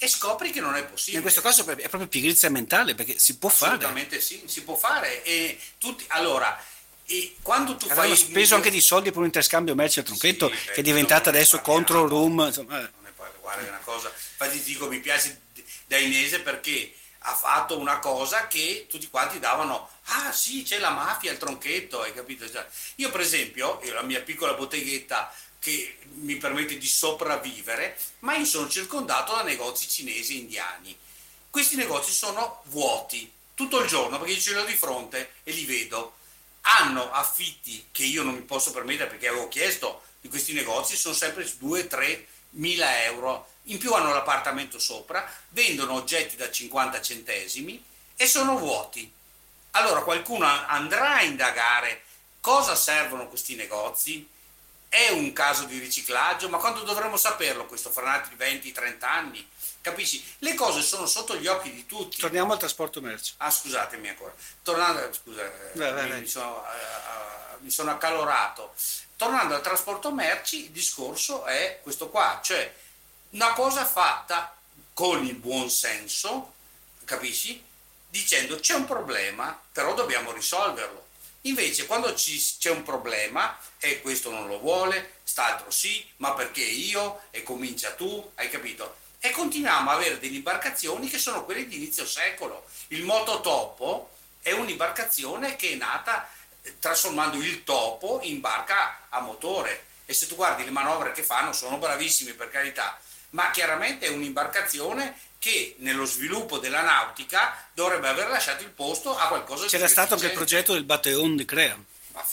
e scopri che non è possibile. In questo caso è proprio pigrizia mentale, perché si può fare. Assolutamente sì, si può fare. E tutti, allora, e quando tu Avevano fai speso anche di soldi per un interscambio merci al Tronchetto, Sì, che è diventata non ne adesso parliamo. control room. Insomma, Non ne parlo, guarda, è una cosa. Infatti ti dico, mi piace Dainese perché ha fatto una cosa che tutti quanti davano, ah sì, c'è la mafia, il Tronchetto, hai capito? Cioè, io per esempio, io ho la mia piccola botteghetta che mi permette di sopravvivere, ma io sono circondato da negozi cinesi e indiani. Questi negozi sono vuoti tutto il giorno perché io ce li ho di fronte e li vedo. Hanno affitti che io non mi posso permettere perché avevo chiesto di questi negozi, sono sempre 2-3 mila euro. In più hanno l'appartamento sopra, vendono oggetti da 50 centesimi e sono vuoti. Allora qualcuno andrà a indagare cosa servono questi negozi? È un caso di riciclaggio? Ma quando dovremo saperlo questo fra altri 20-30 anni? Capisci? Le cose sono sotto gli occhi di tutti. torniamo al trasporto merci. Ah, scusatemi ancora. Tornando, scusa, Vai. mi sono accalorato. Tornando al trasporto merci, il discorso è questo qua, cioè una cosa fatta con il buon senso, capisci? Dicendo c'è un problema, però dobbiamo risolverlo. Invece quando c'è un problema e questo non lo vuole, st'altro sì, ma perché io? E comincia tu, hai capito? E continuiamo a avere delle imbarcazioni che sono quelle di inizio secolo. Il mototopo è un'imbarcazione che è nata trasformando il topo in barca a motore. E se tu guardi le manovre che fanno, sono bravissimi per carità, ma chiaramente è un'imbarcazione che nello sviluppo della nautica dovrebbe aver lasciato il posto a qualcosa di C'era più stato anche il efficiente. progetto del Bateon di Crea. Ma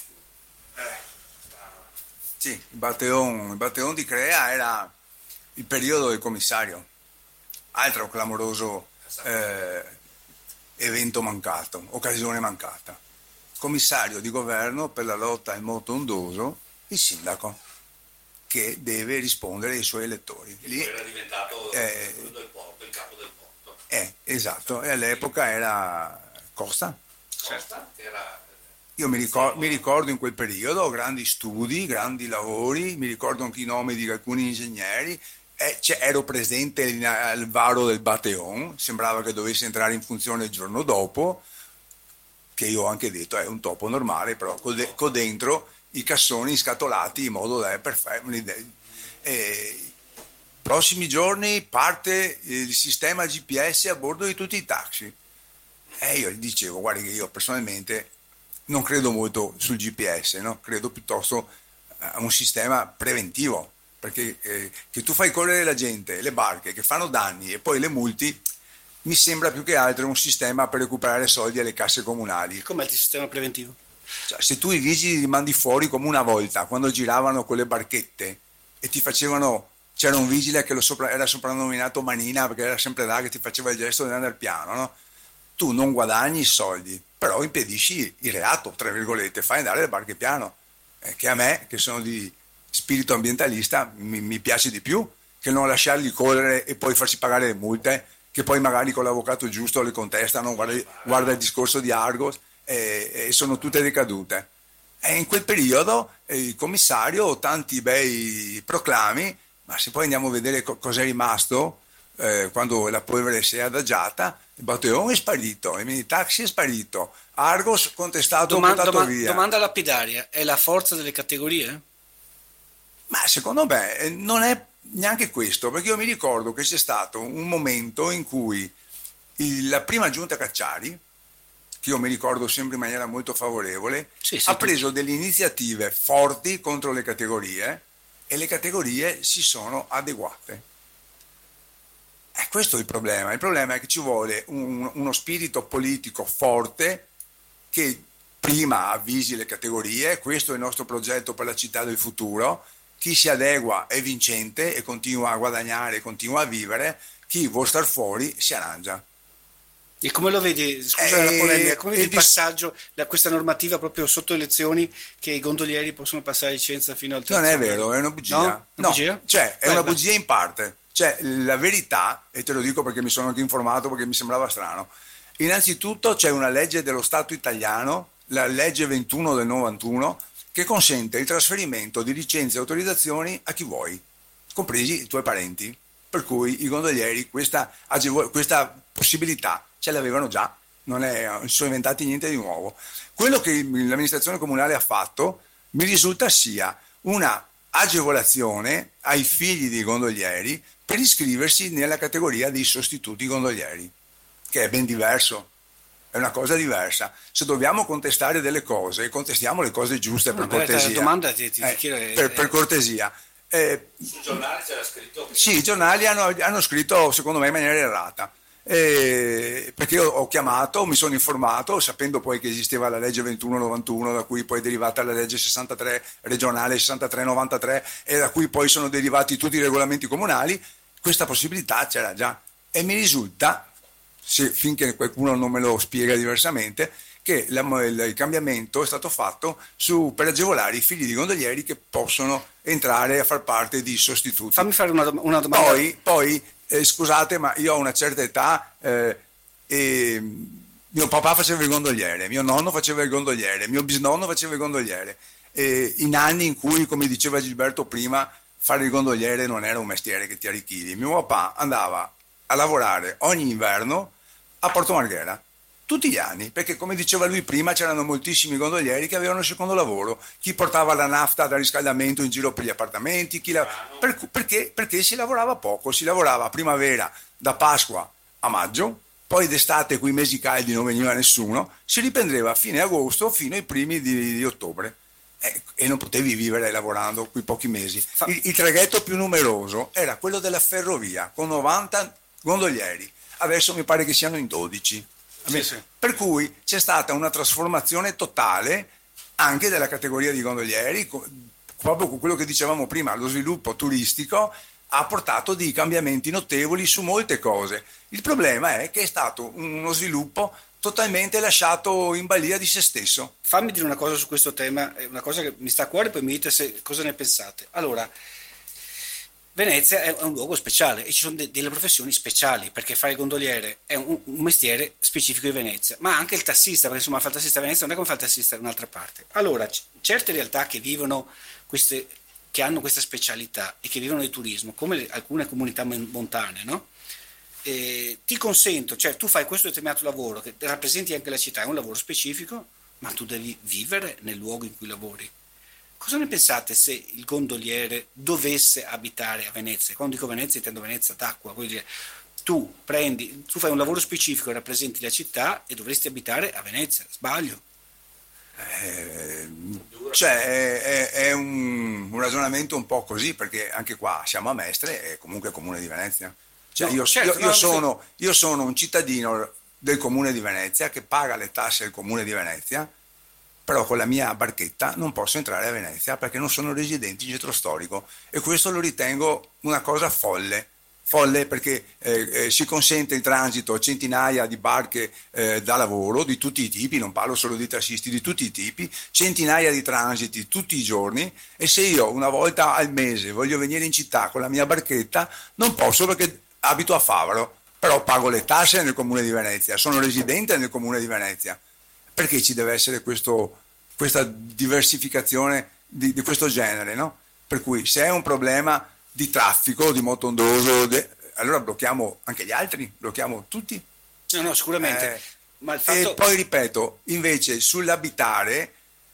Sì, il Batteon di Crea era il periodo del commissario, altro clamoroso evento mancato, occasione mancata. Commissario di governo per la lotta al moto ondoso, il sindaco, che deve rispondere ai suoi elettori. Lì era diventato del porto, il capo del porto. Esatto, e all'epoca era Costa. Costa, che era Io mi ricordo in quel periodo grandi studi, grandi lavori, mi ricordo anche i nomi di alcuni ingegneri, ero presente al varo del Bateon, sembrava che dovesse entrare in funzione il giorno dopo, che io ho anche detto è un topo normale, però con dentro i cassoni scatolati in modo da perfetto. Prossimi giorni parte il sistema GPS a bordo di tutti i taxi. E io gli dicevo, guardi che io personalmente non credo molto sul GPS, no? Credo piuttosto a un sistema preventivo, perché che tu fai correre la gente, le barche che fanno danni e poi le multi, mi sembra più che altro un sistema per recuperare soldi alle casse comunali. Com'è il sistema preventivo? Cioè, se tu i vigili li mandi fuori come una volta, quando giravano con le barchette e ti facevano, c'era un vigile che era soprannominato Manina perché era sempre là che ti faceva il gesto di andare al piano, no? Tu non guadagni i soldi, però impedisci il reato, tra virgolette, fai andare le barche piano, che a me, che sono di spirito ambientalista, mi piace di più che non lasciarli correre e poi farsi pagare le multe, che poi magari con l'avvocato giusto le contestano, guarda il discorso di Argos, e sono tutte decadute. E in quel periodo il commissario tanti bei proclami, ma se poi andiamo a vedere cosa è rimasto quando la polvere si è adagiata, il Batteon è sparito, il mini taxi è sparito, Argos contestato, buttato via. Domanda lapidaria, è la forza delle categorie? Ma secondo me non è neanche questo, perché io mi ricordo che c'è stato un momento in cui la prima giunta Cacciari, che io mi ricordo sempre in maniera molto favorevole, ha preso delle iniziative forti contro le categorie e le categorie si sono adeguate. Questo è il problema è che ci vuole uno spirito politico forte che prima avvisi le categorie, questo è il nostro progetto per la città del futuro, chi si adegua è vincente e continua a guadagnare, continua a vivere, chi vuole star fuori si arrangia. E come lo vedi, scusa la polemica, come vedi il passaggio da questa normativa proprio sotto elezioni che i gondolieri possono passare licenza fino al terzo? Non è vero, è una bugia. No? Una bugia? Cioè, è una bugia in parte. Cioè, la verità, e te lo dico perché mi sono anche informato perché mi sembrava strano, innanzitutto c'è una legge dello Stato italiano, la legge 21 del 91, che consente il trasferimento di licenze e autorizzazioni a chi vuoi, compresi i tuoi parenti. per cui i gondolieri questa possibilità ce l'avevano già, non si sono inventati niente di nuovo. Quello che l'amministrazione comunale ha fatto mi risulta sia una agevolazione ai figli dei gondolieri per iscriversi nella categoria dei sostituti gondolieri, che è ben diverso. È una cosa diversa. Se dobbiamo contestare delle cose, contestiamo le cose giuste, per cortesia. La domanda ti chiedo per cortesia. Sul giornale c'era scritto che... Sì, i giornali hanno scritto, secondo me, in maniera errata. Perché io ho chiamato, mi sono informato, sapendo poi che esisteva la legge 2191, da cui poi è derivata la legge 63 regionale 6393 e da cui poi sono derivati tutti i regolamenti comunali. Questa possibilità c'era già e mi risulta, finché qualcuno non me lo spiega diversamente, che il cambiamento è stato fatto per agevolare i figli di gondolieri che possono entrare a far parte di sostituti. Fammi fare una domanda. Poi scusate, ma io ho una certa età e mio papà faceva il gondoliere, mio nonno faceva il gondoliere, mio bisnonno faceva il gondoliere. In anni in cui, come diceva Gilberto prima, fare il gondoliere non era un mestiere che ti arricchivi. Mio papà andava a lavorare ogni inverno a Porto Marghera, tutti gli anni, perché come diceva lui prima c'erano moltissimi gondolieri che avevano il secondo lavoro, chi portava la nafta da riscaldamento in giro per gli appartamenti, perché si lavorava poco, si lavorava a primavera da Pasqua a maggio, poi d'estate quei mesi caldi non veniva nessuno, si riprendeva a fine agosto fino ai primi di ottobre. E non potevi vivere lavorando quei pochi mesi. Il traghetto più numeroso era quello della ferrovia con 90 gondolieri, adesso mi pare che siano in 12. Sì. Per cui c'è stata una trasformazione totale anche della categoria di gondolieri, proprio con quello che dicevamo prima, lo sviluppo turistico ha portato dei cambiamenti notevoli su molte cose. Il problema è che è stato uno sviluppo totalmente lasciato in balia di se stesso. Fammi dire una cosa su questo tema, è una cosa che mi sta a cuore, poi mi dite cosa ne pensate. Allora, Venezia è un luogo speciale e ci sono delle professioni speciali, perché fare il gondoliere è un mestiere specifico di Venezia, ma anche il tassista, perché insomma fare il tassista a Venezia non è come fare il tassista in un'altra parte. Allora, certe realtà che vivono che hanno questa specialità e che vivono di turismo, come alcune comunità montane, no? Ti consento, cioè tu fai questo determinato lavoro che rappresenti anche la città, è un lavoro specifico, ma tu devi vivere nel luogo in cui lavori. Cosa ne pensate se il gondoliere dovesse abitare a Venezia? Quando dico Venezia intendo Venezia d'acqua, vuol dire tu fai un lavoro specifico e rappresenti la città e dovresti abitare a Venezia, sbaglio? È un ragionamento un po' così, perché anche qua siamo a Mestre e comunque Comune di Venezia. Io sono un cittadino del Comune di Venezia che paga le tasse del Comune di Venezia, però con la mia barchetta non posso entrare a Venezia perché non sono residente in centro storico, e questo lo ritengo una cosa folle perché si consente il transito a centinaia di barche da lavoro di tutti i tipi, non parlo solo di tassisti, di tutti i tipi, centinaia di transiti tutti i giorni, e se io una volta al mese voglio venire in città con la mia barchetta non posso perché abito a Favaro, però pago le tasse nel Comune di Venezia, sono residente nel Comune di Venezia. Perché ci deve essere questa diversificazione di questo genere, no? Per cui se è un problema di traffico, di motondoso, allora blocchiamo anche gli altri, blocchiamo tutti. No, sicuramente. Ma il fatto... E poi ripeto, invece sull'abitare,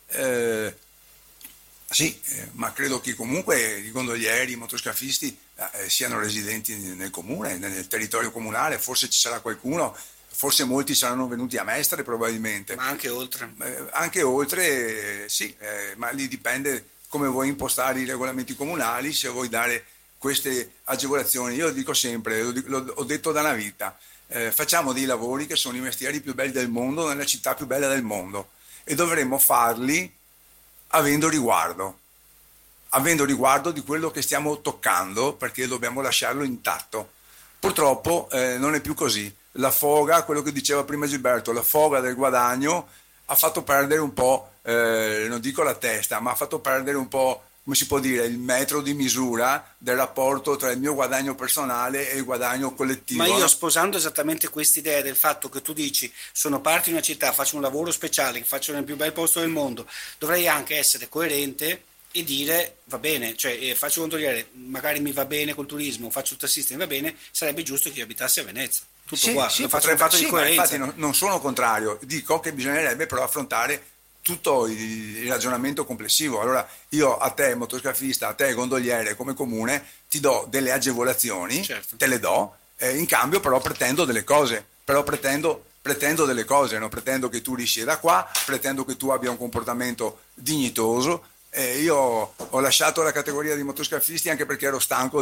ma credo che comunque i gondolieri, i motoscafisti siano residenti nel comune, nel territorio comunale, forse ci sarà qualcuno. Forse molti saranno venuti a Mestre probabilmente. Ma anche oltre. Anche oltre, sì, ma lì dipende come vuoi impostare i regolamenti comunali, se vuoi dare queste agevolazioni. Io dico sempre, ho detto da una vita, facciamo dei lavori che sono i mestieri più belli del mondo, nella città più bella del mondo, e dovremmo farli avendo riguardo di quello che stiamo toccando, perché dobbiamo lasciarlo intatto. Purtroppo non è più così. La foga, quello che diceva prima Gilberto, la foga del guadagno ha fatto perdere un po', non dico la testa, ma ha fatto perdere un po', come si può dire, il metro di misura del rapporto tra il mio guadagno personale e il guadagno collettivo. Ma io, sposando esattamente quest'idea del fatto che tu dici sono parte di una città, faccio un lavoro speciale, che faccio nel più bel posto del mondo, dovrei anche essere coerente e dire va bene, cioè faccio gondoliere, magari mi va bene col turismo, faccio il tassista, mi va bene, sarebbe giusto che io abitassi a Venezia. Tutto Sì, qua, sì, lo faccio un fatto di sì, ma infatti coerenza. non sono contrario, dico che bisognerebbe però affrontare tutto il ragionamento complessivo. Allora io a te motoscafista, a te gondoliere come comune ti do delle agevolazioni, Certo. te le do, in cambio però pretendo delle cose, però pretendo delle cose, non pretendo che tu risieda qua, pretendo che tu abbia un comportamento dignitoso. Io ho lasciato la categoria di motoscafisti anche perché ero stanco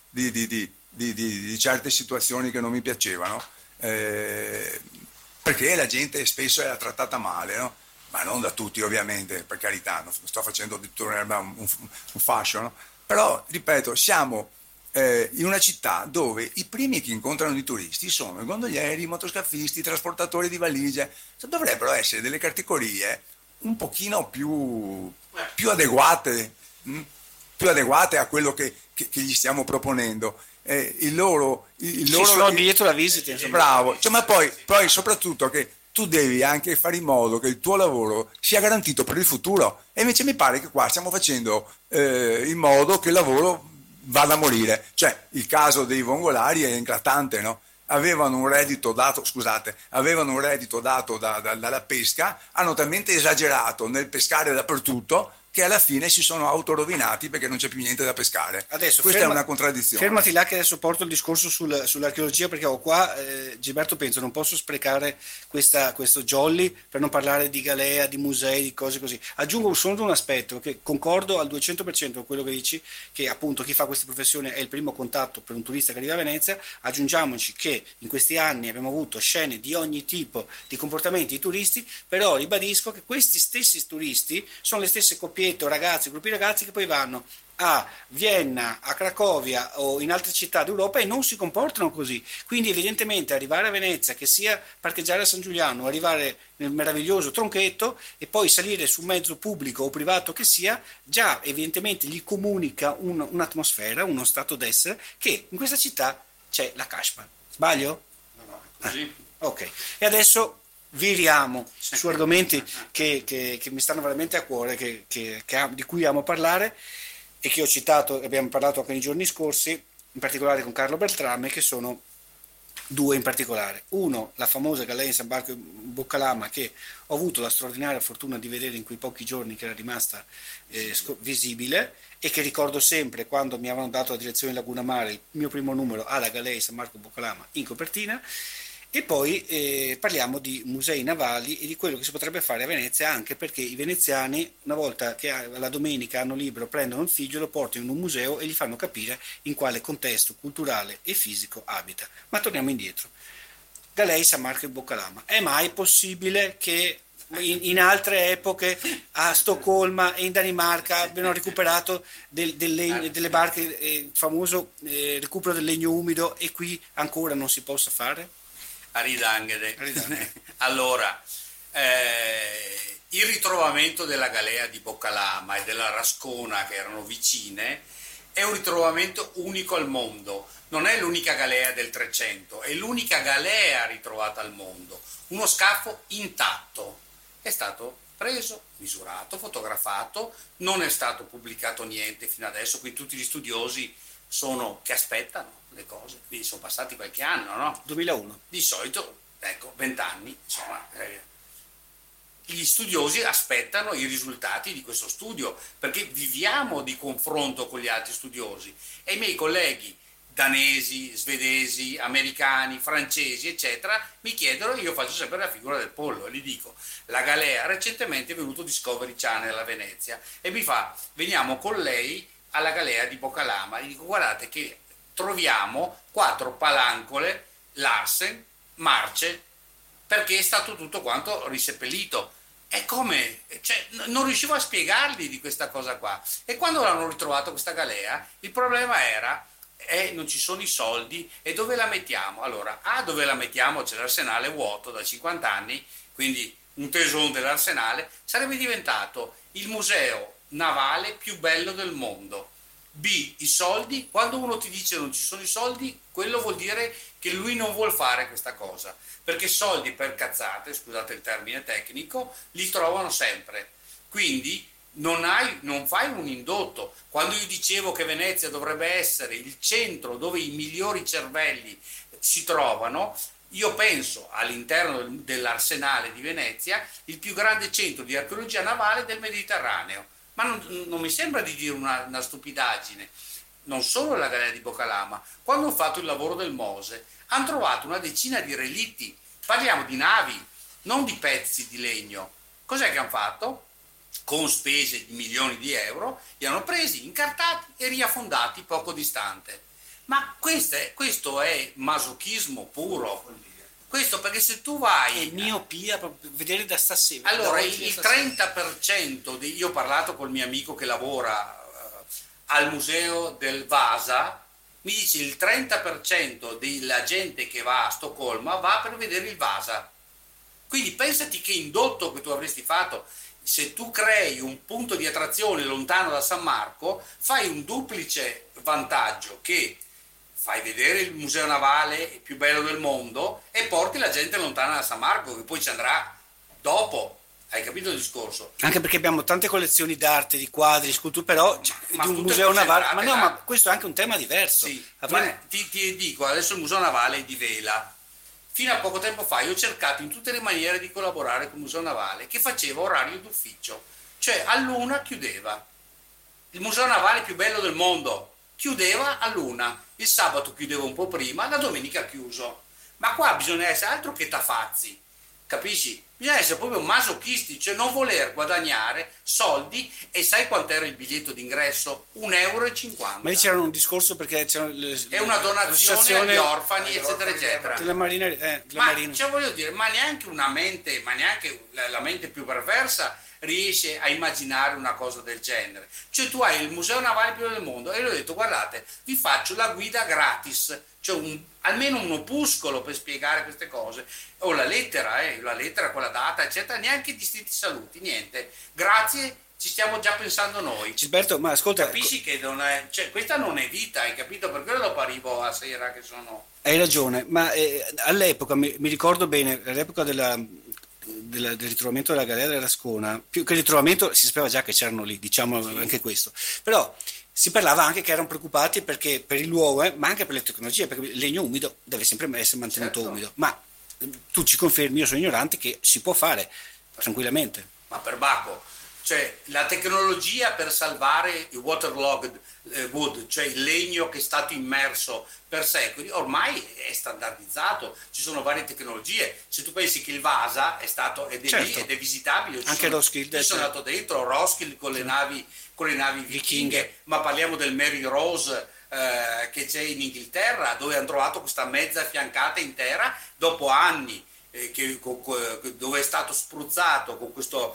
di certe situazioni che non mi piacevano, perché la gente spesso era trattata male, no? Ma non da tutti ovviamente, per carità, non sto facendo di tutto un fascio, no? Però, ripeto, siamo in una città dove i primi che incontrano i turisti sono i gondolieri, i motoscafisti, i trasportatori di valigie. Dovrebbero essere delle categorie un pochino più adeguate, più adeguate a quello che gli stiamo proponendo. Il Sì, loro solo il biglietto da visita, insomma. bravo, cioè, ma poi soprattutto che tu devi anche fare in modo che il tuo lavoro sia garantito per il futuro, e invece mi pare che qua stiamo facendo in modo che il lavoro vada a morire. Cioè il caso dei vongolari è eclatante, no? Avevano un reddito dato, scusate, avevano un reddito dato dalla pesca, hanno talmente esagerato nel pescare dappertutto che alla fine si sono autorovinati perché non c'è più niente da pescare. Adesso Questa è una contraddizione. fermati là che adesso porto il discorso sull'archeologia, perché ho qua, Gilberto, penso non posso sprecare questo jolly per non parlare di galea, di musei, di cose così. Aggiungo solo un aspetto che concordo al 200% con quello che dici, che appunto chi fa questa professione è il primo contatto per un turista che arriva a Venezia. Aggiungiamoci che in questi anni abbiamo avuto scene di ogni tipo di comportamenti di turisti, però ribadisco che questi stessi turisti sono le stesse coppiette o ragazzi, gruppi di ragazzi che poi vanno a Vienna, a Cracovia o in altre città d'Europa e non si comportano così. Quindi evidentemente arrivare a Venezia, che sia parcheggiare a San Giuliano, arrivare nel meraviglioso Tronchetto e poi salire su un mezzo pubblico o privato che sia, già evidentemente gli comunica un'atmosfera, uno stato d'essere, che in questa città c'è la Cashman. Sbaglio? No, così. Ok, e adesso viriamo su argomenti che mi stanno veramente a cuore, di cui amo parlare e che ho citato, abbiamo parlato anche nei giorni scorsi, in particolare con Carlo Beltrame, che sono due in particolare. Uno, la famosa Galea in San Marco in Boccalama, che ho avuto la straordinaria fortuna di vedere in quei pochi giorni che era rimasta visibile, e che ricordo sempre quando mi avevano dato la direzione Laguna Mare, il mio primo numero alla Galea in San Marco Boccalama in copertina. E poi parliamo di musei navali e di quello che si potrebbe fare a Venezia, anche perché i veneziani, una volta che la domenica hanno libero, prendono il figlio, lo portano in un museo e gli fanno capire in quale contesto culturale e fisico abita. Ma torniamo indietro. Galei, San Marco e Boccalama. È mai possibile che in altre epoche a Stoccolma e in Danimarca abbiano recuperato delle barche, il famoso recupero del legno umido, e qui ancora non si possa fare? Aridangede. Allora, il ritrovamento della galea di Boccalama e della Rascona, che erano vicine, è un ritrovamento unico al mondo. Non è l'unica galea del 300, è l'unica galea ritrovata al mondo. Uno scafo intatto. È stato preso, misurato, fotografato, non è stato pubblicato niente fino adesso, quindi tutti gli studiosi che aspettano le cose, quindi sono passati qualche anno, no? 2001. Di solito, ecco, 20 anni, insomma, gli studiosi aspettano i risultati di questo studio, perché viviamo di confronto con gli altri studiosi, e i miei colleghi danesi, svedesi, americani, francesi, eccetera, mi chiedono, io faccio sempre la figura del pollo e gli dico, la galea, recentemente è venuto Discovery Channel a Venezia e mi fa, veniamo con lei alla galea di Boccalama, gli dico, guardate che troviamo 4 palancole, Larsen, marce, perché è stato tutto quanto riseppellito. È come, cioè, non riuscivo a spiegargli di questa cosa qua. E quando l'hanno ritrovato questa galea, il problema era, non ci sono i soldi, e dove la mettiamo? Allora, dove la mettiamo? C'è l'arsenale vuoto da 50 anni, quindi un tesoro dell'arsenale, sarebbe diventato il museo navale più bello del mondo. B, i soldi. Quando uno ti dice non ci sono i soldi, quello vuol dire che lui non vuol fare questa cosa, perché soldi per cazzate, scusate il termine tecnico, li trovano sempre. Quindi non fai un indotto. Quando io dicevo che Venezia dovrebbe essere il centro dove i migliori cervelli si trovano, io penso all'interno dell'Arsenale di Venezia, il più grande centro di archeologia navale del Mediterraneo. Ma non mi sembra di dire una stupidaggine. Non solo la galera di Boccalama, quando hanno fatto il lavoro del Mose, hanno trovato una decina di relitti. Parliamo di navi, non di pezzi di legno. Cos'è che hanno fatto? Con spese di milioni di euro, li hanno presi, incartati e riaffondati poco distante. Ma questo è masochismo puro. Questo perché se tu vai... È miopia, vedere da stasera. Allora, il 30% io ho parlato col mio amico che lavora al museo del Vasa, mi dice il 30% della gente che va a Stoccolma va per vedere il Vasa. Quindi pensati che indotto che tu avresti fatto. Se tu crei un punto di attrazione lontano da San Marco, fai un duplice vantaggio, che fai vedere il museo navale più bello del mondo e porti la gente lontana da San Marco, che poi ci andrà dopo. Hai capito il discorso? Anche perché abbiamo tante collezioni d'arte, di quadri, di sculture, però di un museo navale. Ma no, ma questo è anche un tema diverso. Sì, ti dico, adesso il museo navale è di Vela. Fino a poco tempo fa io ho cercato in tutte le maniere di collaborare con il museo navale, che faceva orario d'ufficio. Cioè all'1 chiudeva. Il museo navale più bello del mondo chiudeva all'1. Il sabato chiudeva un po' prima, la domenica chiuso. Ma qua bisogna essere altro che tafazzi, capisci? Bisogna essere proprio masochisti, cioè non voler guadagnare soldi. E sai quant'era il biglietto d'ingresso? 1,50 €. Ma lì c'era un discorso perché c'era è una donazione agli orfani, eccetera, eccetera. Della Marina, Marina. Cioè, voglio dire, ma neanche la mente più perversa riesce a immaginare una cosa del genere. Cioè tu hai il museo navale più bello del mondo e gli ho detto: guardate, vi faccio la guida gratis, cioè almeno un opuscolo per spiegare queste cose, o la lettera con la data, eccetera, neanche distinti saluti, niente, grazie, ci stiamo già pensando noi. Gilberto, ma ascolta, capisci che non è, cioè, questa non è vita, hai capito? Per quello dopo arrivo a sera che sono... Hai ragione, ma all'epoca, mi ricordo bene, all'epoca del ritrovamento della galera dell'Ascona, più che il ritrovamento si sapeva già che c'erano lì, diciamo, sì, anche questo, però si parlava anche che erano preoccupati perché per il luogo, ma anche per le tecnologie, perché il legno umido deve sempre essere mantenuto umido, ma tu ci confermi, io sono ignorante, che si può fare tranquillamente. Ma per Bacco, cioè la tecnologia per salvare il waterlogged wood, cioè il legno che è stato immerso per secoli, ormai è standardizzato, ci sono varie tecnologie. Se tu pensi che il Vasa è stato ed è lì ed è visitabile, anche Roskilde, io sono andato dentro Roskilde con le navi vichinghe, ma parliamo del Mary Rose che c'è in Inghilterra, dove hanno trovato questa mezza fiancata intera dopo anni, dove è stato spruzzato con questa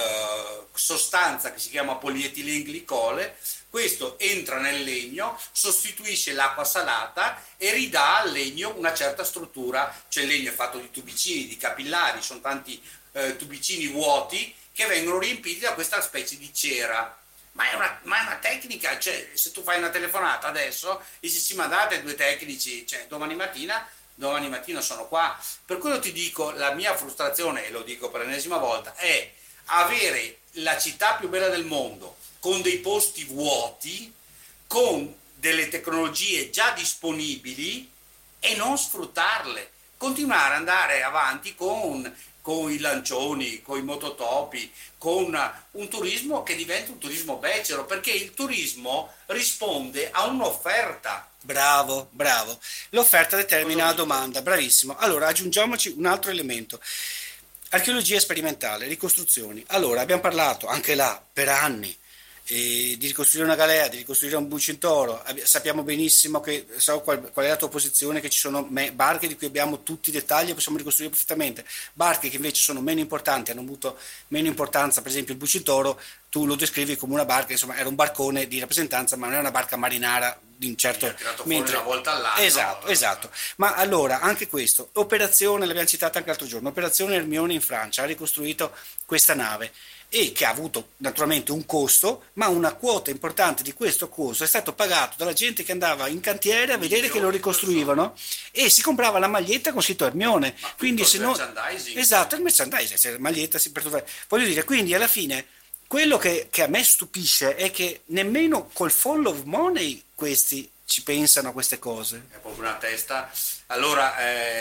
sostanza che si chiama polietilenglicole. Questo entra nel legno, sostituisce l'acqua salata e ridà al legno una certa struttura. Cioè il legno è fatto di tubicini, di capillari, sono tanti tubicini vuoti che vengono riempiti da questa specie di cera. Ma è una tecnica, cioè se tu fai una telefonata adesso dici: ci mandate 2 tecnici, cioè domani mattina sono qua. Per quello ti dico, la mia frustrazione, e lo dico per l'ennesima volta, è avere la città più bella del mondo con dei posti vuoti, con delle tecnologie già disponibili e non sfruttarle, continuare ad andare avanti con i lancioni, con i mototopi, con un turismo che diventa un turismo becero, perché il turismo risponde a un'offerta. Bravo. L'offerta determina la domanda, bravissimo. Allora aggiungiamoci un altro elemento. Archeologia sperimentale, ricostruzioni. Allora abbiamo parlato anche là per anni di ricostruire una galea, di ricostruire un Bucintoro. Sappiamo benissimo qual è la tua posizione, che ci sono barche di cui abbiamo tutti i dettagli e possiamo ricostruire perfettamente, barche che invece sono meno importanti, hanno avuto meno importanza. Per esempio il Bucintoro tu lo descrivi come una barca, insomma era un barcone di rappresentanza, ma non è una barca marinara di un certo... Una volta all'anno. Esatto. Ma allora anche questo, operazione, l'abbiamo citata anche l'altro giorno, operazione Hermione in Francia, ha ricostruito questa nave, e che ha avuto naturalmente un costo, ma una quota importante di questo costo è stato pagato dalla gente che andava in cantiere a vedere che lo ricostruivano e si comprava la maglietta con scritto Hermione. Quindi se no, esatto, il merchandising, maglietta, voglio dire, quindi alla fine quello che a me stupisce è che nemmeno col follow of money questi ci pensano a queste cose. È proprio una testa. Allora,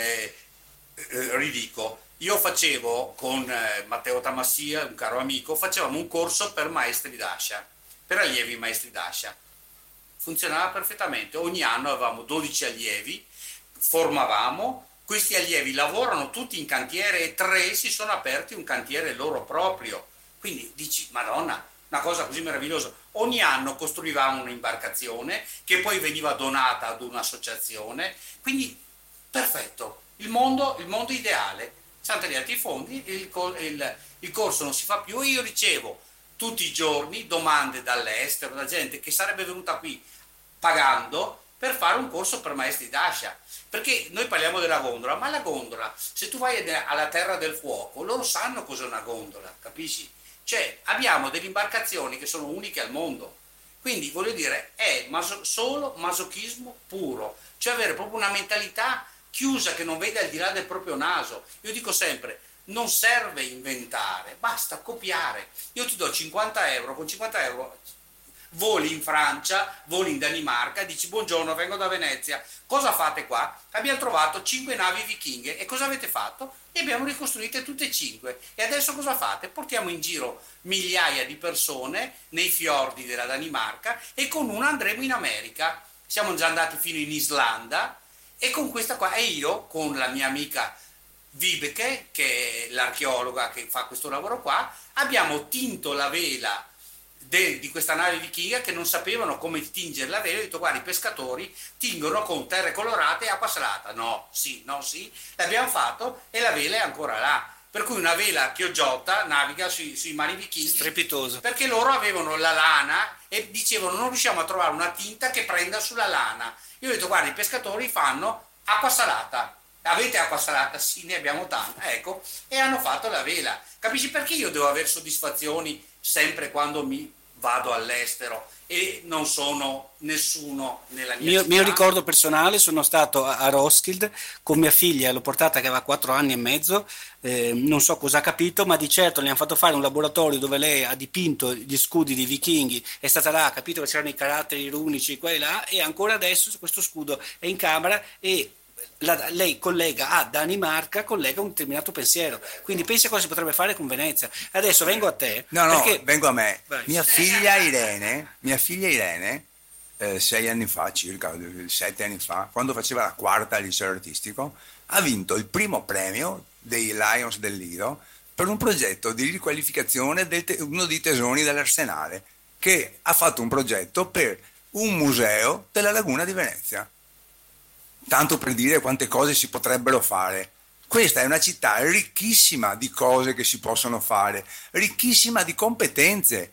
ridico, io facevo con Matteo Tamassia, un caro amico, facevamo un corso per maestri d'ascia, per allievi maestri d'ascia. Funzionava perfettamente, ogni anno avevamo 12 allievi, formavamo, questi allievi lavorano tutti in cantiere e 3 si sono aperti un cantiere loro proprio. Quindi dici, Madonna, una cosa così meravigliosa. Ogni anno costruivamo un'imbarcazione che poi veniva donata ad un'associazione, quindi perfetto, il mondo ideale. Siamo tagliati i fondi, il corso non si fa più e io ricevo tutti i giorni domande dall'estero, da gente che sarebbe venuta qui pagando per fare un corso per maestri d'ascia. Perché noi parliamo della gondola, ma la gondola, se tu vai alla terra del fuoco, loro sanno cos'è una gondola, capisci? Cioè, abbiamo delle imbarcazioni che sono uniche al mondo. Quindi, voglio dire, è solo masochismo puro. Cioè, avere proprio una mentalità chiusa che non vede al di là del proprio naso. Io dico sempre, non serve inventare, basta copiare. Io ti do 50 euro, con 50 euro voli in Francia, voli in Danimarca, dici buongiorno, vengo da Venezia, cosa fate qua? Abbiamo trovato 5 navi vichinghe e cosa avete fatto? Le abbiamo ricostruite tutte e 5 e adesso cosa fate? Portiamo in giro migliaia di persone nei fiordi della Danimarca e con una andremo in America, siamo già andati fino in Islanda e con questa qua, e io con la mia amica Vibeke, che è l'archeologa che fa questo lavoro qua, abbiamo tinto la vela di questa nave vichinga che non sapevano come tingere la vela. Ho detto guarda, i pescatori tingono con terre colorate e acqua salata. No, sì, l'abbiamo fatto e la vela è ancora là. Per cui una vela chioggiota naviga sui mari vichinghi. Strepitoso. Perché loro avevano la lana e dicevano non riusciamo a trovare una tinta che prenda sulla lana. Io ho detto guarda, i pescatori fanno acqua salata. Avete acqua salata? Sì, ne abbiamo tanta, ecco, e hanno fatto la vela. Capisci perché io devo avere soddisfazioni sempre quando mi vado all'estero e non sono nessuno nella mia città? Mio ricordo personale, sono stato a Roskilde con mia figlia, l'ho portata che aveva 4 anni e mezzo, non so cosa ha capito, ma di certo le hanno fatto fare un laboratorio dove lei ha dipinto gli scudi dei vichinghi, è stata là, ha capito che c'erano i caratteri runici qua e là, e ancora adesso questo scudo è in camera e lei collega a Danimarca, collega un determinato pensiero, quindi pensa cosa si potrebbe fare con Venezia. Adesso vengo a te, No, perché vengo a me. vai. Mia figlia Irene, 6 anni fa circa, 7 anni fa, quando faceva la quarta al liceo artistico, ha vinto il primo premio dei Lions del Lido per un progetto di riqualificazione di uno dei tesoni dell'Arsenale, che ha fatto un progetto per un museo della laguna di Venezia. Tanto per dire quante cose si potrebbero fare. Questa è una città ricchissima di cose che si possono fare, ricchissima di competenze.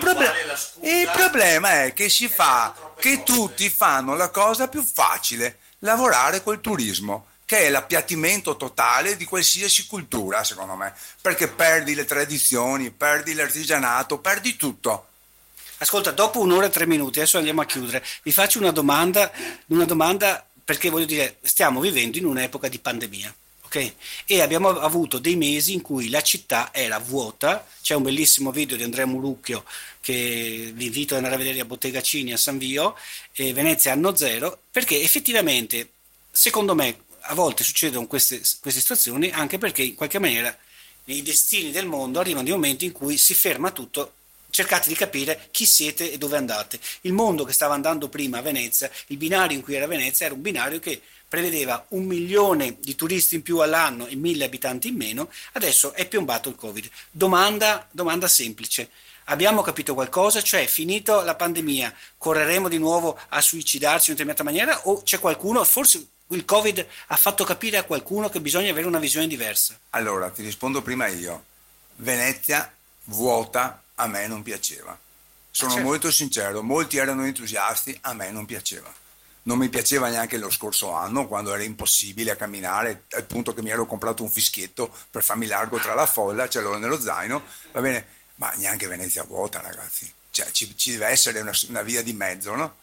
Il problema è che che tutti fanno la cosa più facile, lavorare col turismo, che è l'appiattimento totale di qualsiasi cultura, secondo me, perché perdi le tradizioni, perdi l'artigianato, perdi tutto. Ascolta, dopo 1 ora e 3 minuti, adesso andiamo a chiudere. Vi faccio una domanda perché voglio dire, stiamo vivendo in un'epoca di pandemia, ok? E abbiamo avuto dei mesi in cui la città era vuota. C'è un bellissimo video di Andrea Murucchio che vi invito ad andare a vedere a Bottega Cini a San Vio, e Venezia anno zero, perché effettivamente, secondo me, a volte succedono queste situazioni anche perché in qualche maniera nei destini del mondo arrivano dei momenti in cui si ferma tutto. Cercate di capire chi siete e dove andate. Il mondo che stava andando prima a Venezia, il binario in cui era Venezia, era un binario che prevedeva 1 milione di turisti in più all'anno e 1.000 abitanti in meno. Adesso è piombato il Covid. Domanda semplice. Abbiamo capito qualcosa? Cioè, finito la pandemia, correremo di nuovo a suicidarci in una determinata maniera o c'è qualcuno, forse il Covid ha fatto capire a qualcuno che bisogna avere una visione diversa? Allora, ti rispondo prima io. Venezia vuota a me non piaceva. Sono certo. molto sincero, molti erano entusiasti, a me non piaceva. Non mi piaceva neanche lo scorso anno, quando era impossibile camminare, al punto che mi ero comprato un fischietto per farmi largo tra la folla, ce l'ho nello zaino, va bene, ma neanche Venezia vuota, ragazzi. Cioè, ci deve essere una via di mezzo, no?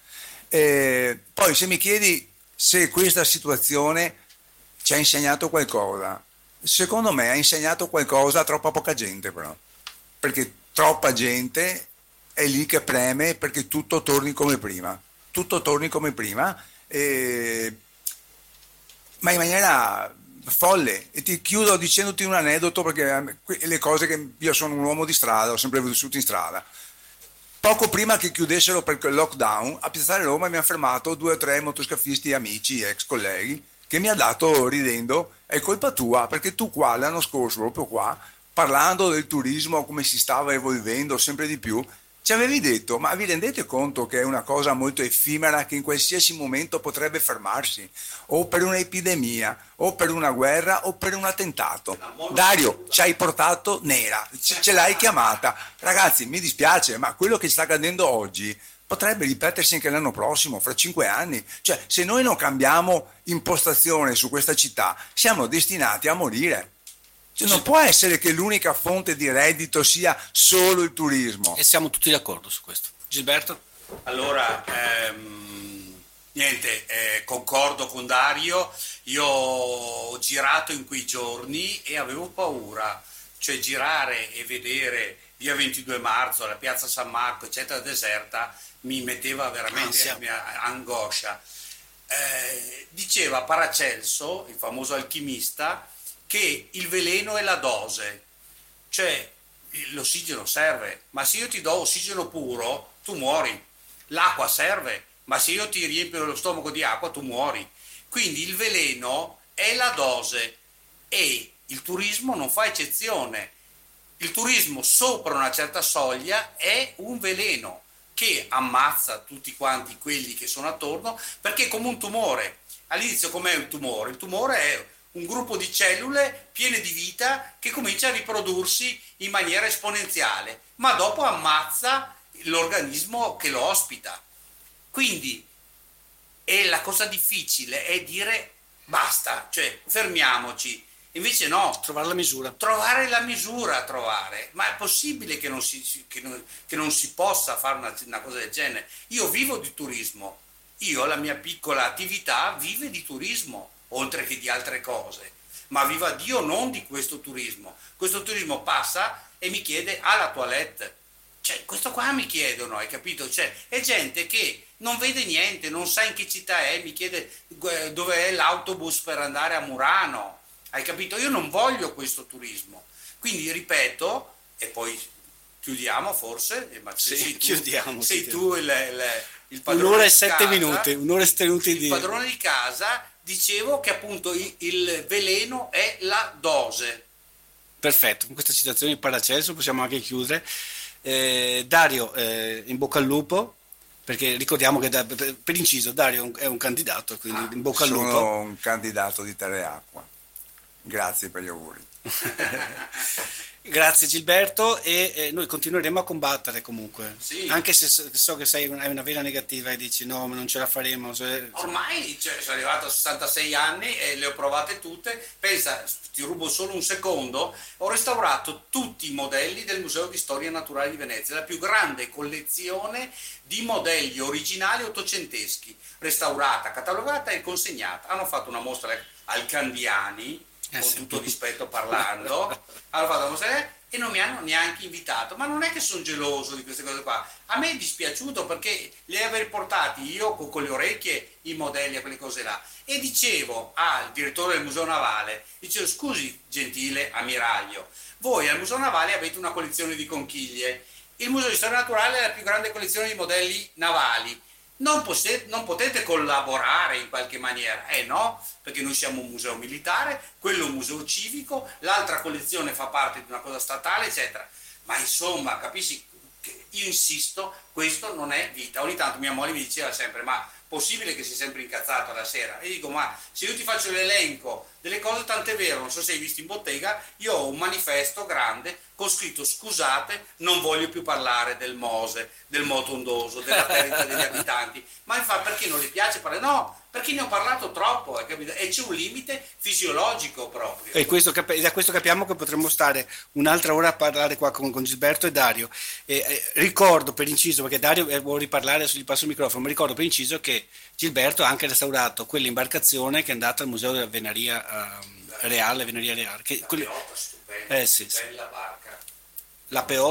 Poi se mi chiedi se questa situazione ci ha insegnato qualcosa, secondo me ha insegnato qualcosa a troppa poca gente, però. Perché troppa gente è lì che preme perché tutto torni come prima, tutto torni come prima, ma in maniera folle. E ti chiudo dicendoti un aneddoto, perché le cose che io sono un uomo di strada, ho sempre vissuto in strada. Poco prima che chiudessero per il lockdown, a Piazzale Roma mi hanno fermato 2 o 3 motoscafisti amici, ex colleghi, che mi ha dato ridendo: è colpa tua, perché tu qua l'anno scorso, proprio qua, parlando del turismo, come si stava evolvendo sempre di più, ci avevi detto: ma vi rendete conto che è una cosa molto effimera, che in qualsiasi momento potrebbe fermarsi, o per un'epidemia, o per una guerra, o per un attentato? Dario, ci hai portato nera, ce l'hai chiamata. Ragazzi, mi dispiace, ma quello che sta accadendo oggi potrebbe ripetersi anche l'anno prossimo, fra 5 anni. Cioè, se noi non cambiamo impostazione su questa città, siamo destinati a morire. Cioè, non può essere che l'unica fonte di reddito sia solo il turismo. E siamo tutti d'accordo su questo. Gilberto? Allora, niente, concordo con Dario. Io ho girato in quei giorni e avevo paura, cioè girare e vedere via 22 marzo, la piazza San Marco, eccetera, deserta, mi metteva veramente angoscia. Diceva Paracelso, il famoso alchimista, che il veleno è la dose, cioè l'ossigeno serve, ma se io ti do ossigeno puro tu muori. L'acqua serve, ma se io ti riempio lo stomaco di acqua tu muori. Quindi il veleno è la dose e il turismo non fa eccezione. Il turismo sopra una certa soglia è un veleno che ammazza tutti quanti quelli che sono attorno, perché è come un tumore. All'inizio com'è un tumore? Il tumore è un gruppo di cellule piene di vita che comincia a riprodursi in maniera esponenziale, ma dopo ammazza l'organismo che lo ospita. Quindi la cosa difficile è dire basta, cioè fermiamoci. Invece no, Trovare la misura. Trovare la misura, ma è possibile che non si possa fare una cosa del genere? Io vivo di turismo, la mia piccola attività vive di turismo, oltre che di altre cose, ma viva Dio non di questo turismo. Questo turismo passa e mi chiede: ha la toilette? Cioè, questo qua mi chiedono, hai capito? Cioè, è gente che non vede niente, non sa in che città è, mi chiede dove è l'autobus per andare a Murano, hai capito? Io non voglio questo turismo. Quindi ripeto, e poi chiudiamo forse, ma chiudiamo. Sei tu il padrone un'ora e di 7 casa, minuti, un'ora e 7 minuti il padrone di casa. Dicevo che appunto il veleno è la dose. Perfetto, con questa citazione di Paracelso possiamo anche chiudere. Dario, in bocca al lupo, perché ricordiamo che per inciso Dario è un candidato, quindi in bocca al lupo. Sono un candidato di Teleacqua. Grazie per gli auguri. Grazie Gilberto, e noi continueremo a combattere comunque, sì. Anche se so che hai una vena negativa e dici no, ma non ce la faremo. Ormai sono arrivato a 66 anni e le ho provate tutte. Pensa, ti rubo solo un secondo, ho restaurato tutti i modelli del Museo di Storia Naturale di Venezia, la più grande collezione di modelli originali ottocenteschi, restaurata, catalogata e consegnata. Hanno fatto una mostra al Candiani, con tutto rispetto parlando, hanno fatto una mostra e non mi hanno neanche invitato. Ma non è che sono geloso di queste cose qua, a me è dispiaciuto perché li aver portati io con le orecchie i modelli a quelle cose là. E dicevo al direttore del Museo Navale, dicevo: scusi gentile ammiraglio, voi al Museo Navale avete una collezione di conchiglie, il Museo di Storia Naturale è la più grande collezione di modelli navali, non potete collaborare in qualche maniera? No, perché noi siamo un museo militare, quello è un museo civico, l'altra collezione fa parte di una cosa statale, eccetera. Ma insomma, capisci? Io insisto, questo non è vita. Ogni tanto mia moglie mi diceva sempre: ma possibile che sei sempre incazzato la sera? E dico: ma se io ti faccio l'elenco delle cose, tant'è vero, non so se hai visto in bottega, io ho un manifesto grande con scritto: scusate, non voglio più parlare del Mose, del moto ondoso, della perdita degli abitanti. Ma infatti, perché non le piace parlare? No, perché ne ho parlato troppo, hai capito? E c'è un limite fisiologico proprio. E da questo capiamo che potremmo stare un'altra ora a parlare qua con Gilberto e Dario. Ricordo per inciso, perché Dario vuole riparlare, gli passo il microfono, ma ricordo per inciso che Gilberto ha anche restaurato quell'imbarcazione che è andata al Museo della Venaria Reale, Venaria Reale. La P8 stupenda, sì. bella barca. La P8,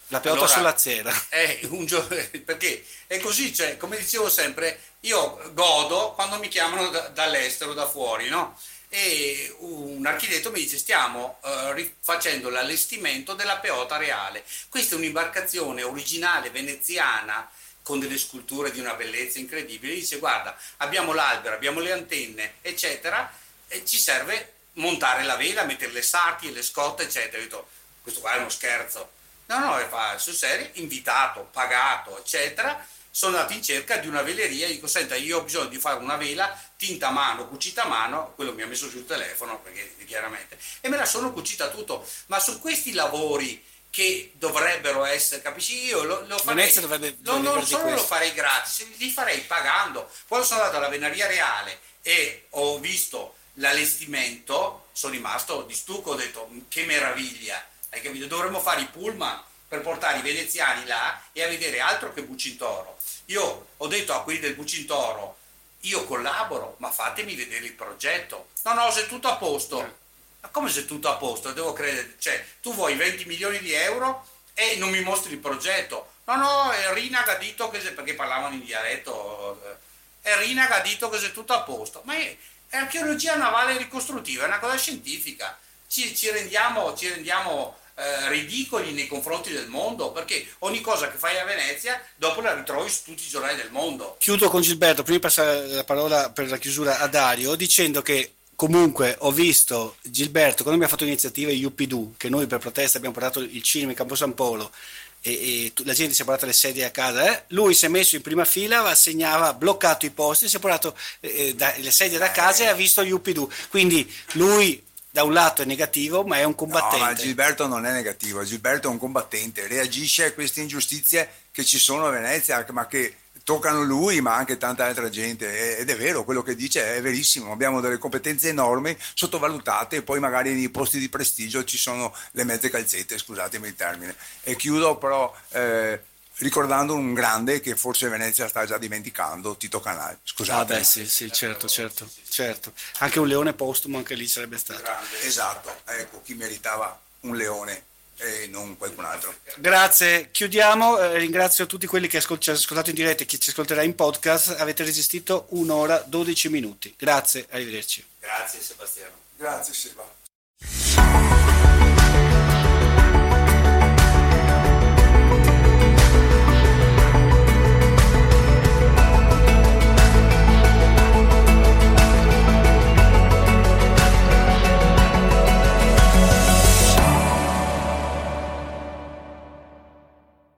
La peota Allora, sulla zera. perché è così, cioè, come dicevo sempre, io godo quando mi chiamano dall'estero, da fuori, no? E un architetto mi dice stiamo rifacendo l'allestimento della peota reale. Questa è un'imbarcazione originale veneziana con delle sculture di una bellezza incredibile. Dice guarda, abbiamo l'albero, abbiamo le antenne, eccetera, e ci serve montare la vela, mettere le sarti e le scotte, eccetera. Ho detto, questo qua è uno scherzo. No, no, fa sul serio, invitato, pagato, eccetera. Sono andato in cerca di una veleria e dico, senta, io ho bisogno di fare una vela tinta a mano, cucita a mano, quello mi ha messo sul telefono, perché chiaramente, e me la sono cucita tutto. Ma su questi lavori che dovrebbero essere, capisci? Io lo farei, non solo lo farei gratis, li farei pagando. Quando sono andato alla Venaria Reale e ho visto l'allestimento, sono rimasto di stucco, ho detto, che meraviglia, hai capito? Dovremmo fare i pullman per portare i veneziani là e a vedere altro che Bucintoro. Io ho detto a quelli del Bucintoro, io collaboro, ma fatemi vedere il progetto. No, no, se è tutto a posto. Ma come se è tutto a posto? Devo credere, cioè, tu vuoi 20 milioni di euro e non mi mostri il progetto. No, no, Rinaga ha detto che perché parlavano in dialetto, Rinaga ha detto che se è tutto a posto. Ma è archeologia navale ricostruttiva, è una cosa scientifica. Ci rendiamo ridicoli nei confronti del mondo, perché ogni cosa che fai a Venezia dopo la ritrovi su tutti i giornali del mondo. Chiudo con Gilberto, prima di passare la parola per la chiusura a Dario, dicendo che comunque ho visto Gilberto quando abbiamo fatto l'iniziativa UPDU, che noi per protesta abbiamo portato il cinema in Campo San Polo e la gente si è portata le sedie a casa, lui si è messo in prima fila, assegnava, bloccato i posti, si è portato le sedie da casa e ha visto UPDU, quindi lui da un lato è negativo, ma è un combattente. No, ma Gilberto non è negativo, Gilberto è un combattente, reagisce a queste ingiustizie che ci sono a Venezia, ma che toccano lui, ma anche tanta altra gente. Ed è vero, quello che dice è verissimo. Abbiamo delle competenze enormi, sottovalutate, e poi magari nei posti di prestigio ci sono le mezze calzette, scusatemi il termine. E chiudo però ricordando un grande che forse Venezia sta già dimenticando, Tito Canal. Scusate. Ah beh, sì, certo. Anche un leone postumo, anche lì sarebbe stato. Grande. Esatto, ecco, chi meritava un leone e non qualcun altro. Grazie, chiudiamo, ringrazio tutti quelli che ci hanno ascoltato in diretta e chi ci ascolterà in podcast, avete resistito 1 ora 12 minuti, grazie, arrivederci. Grazie Sebastiano. Grazie Seba.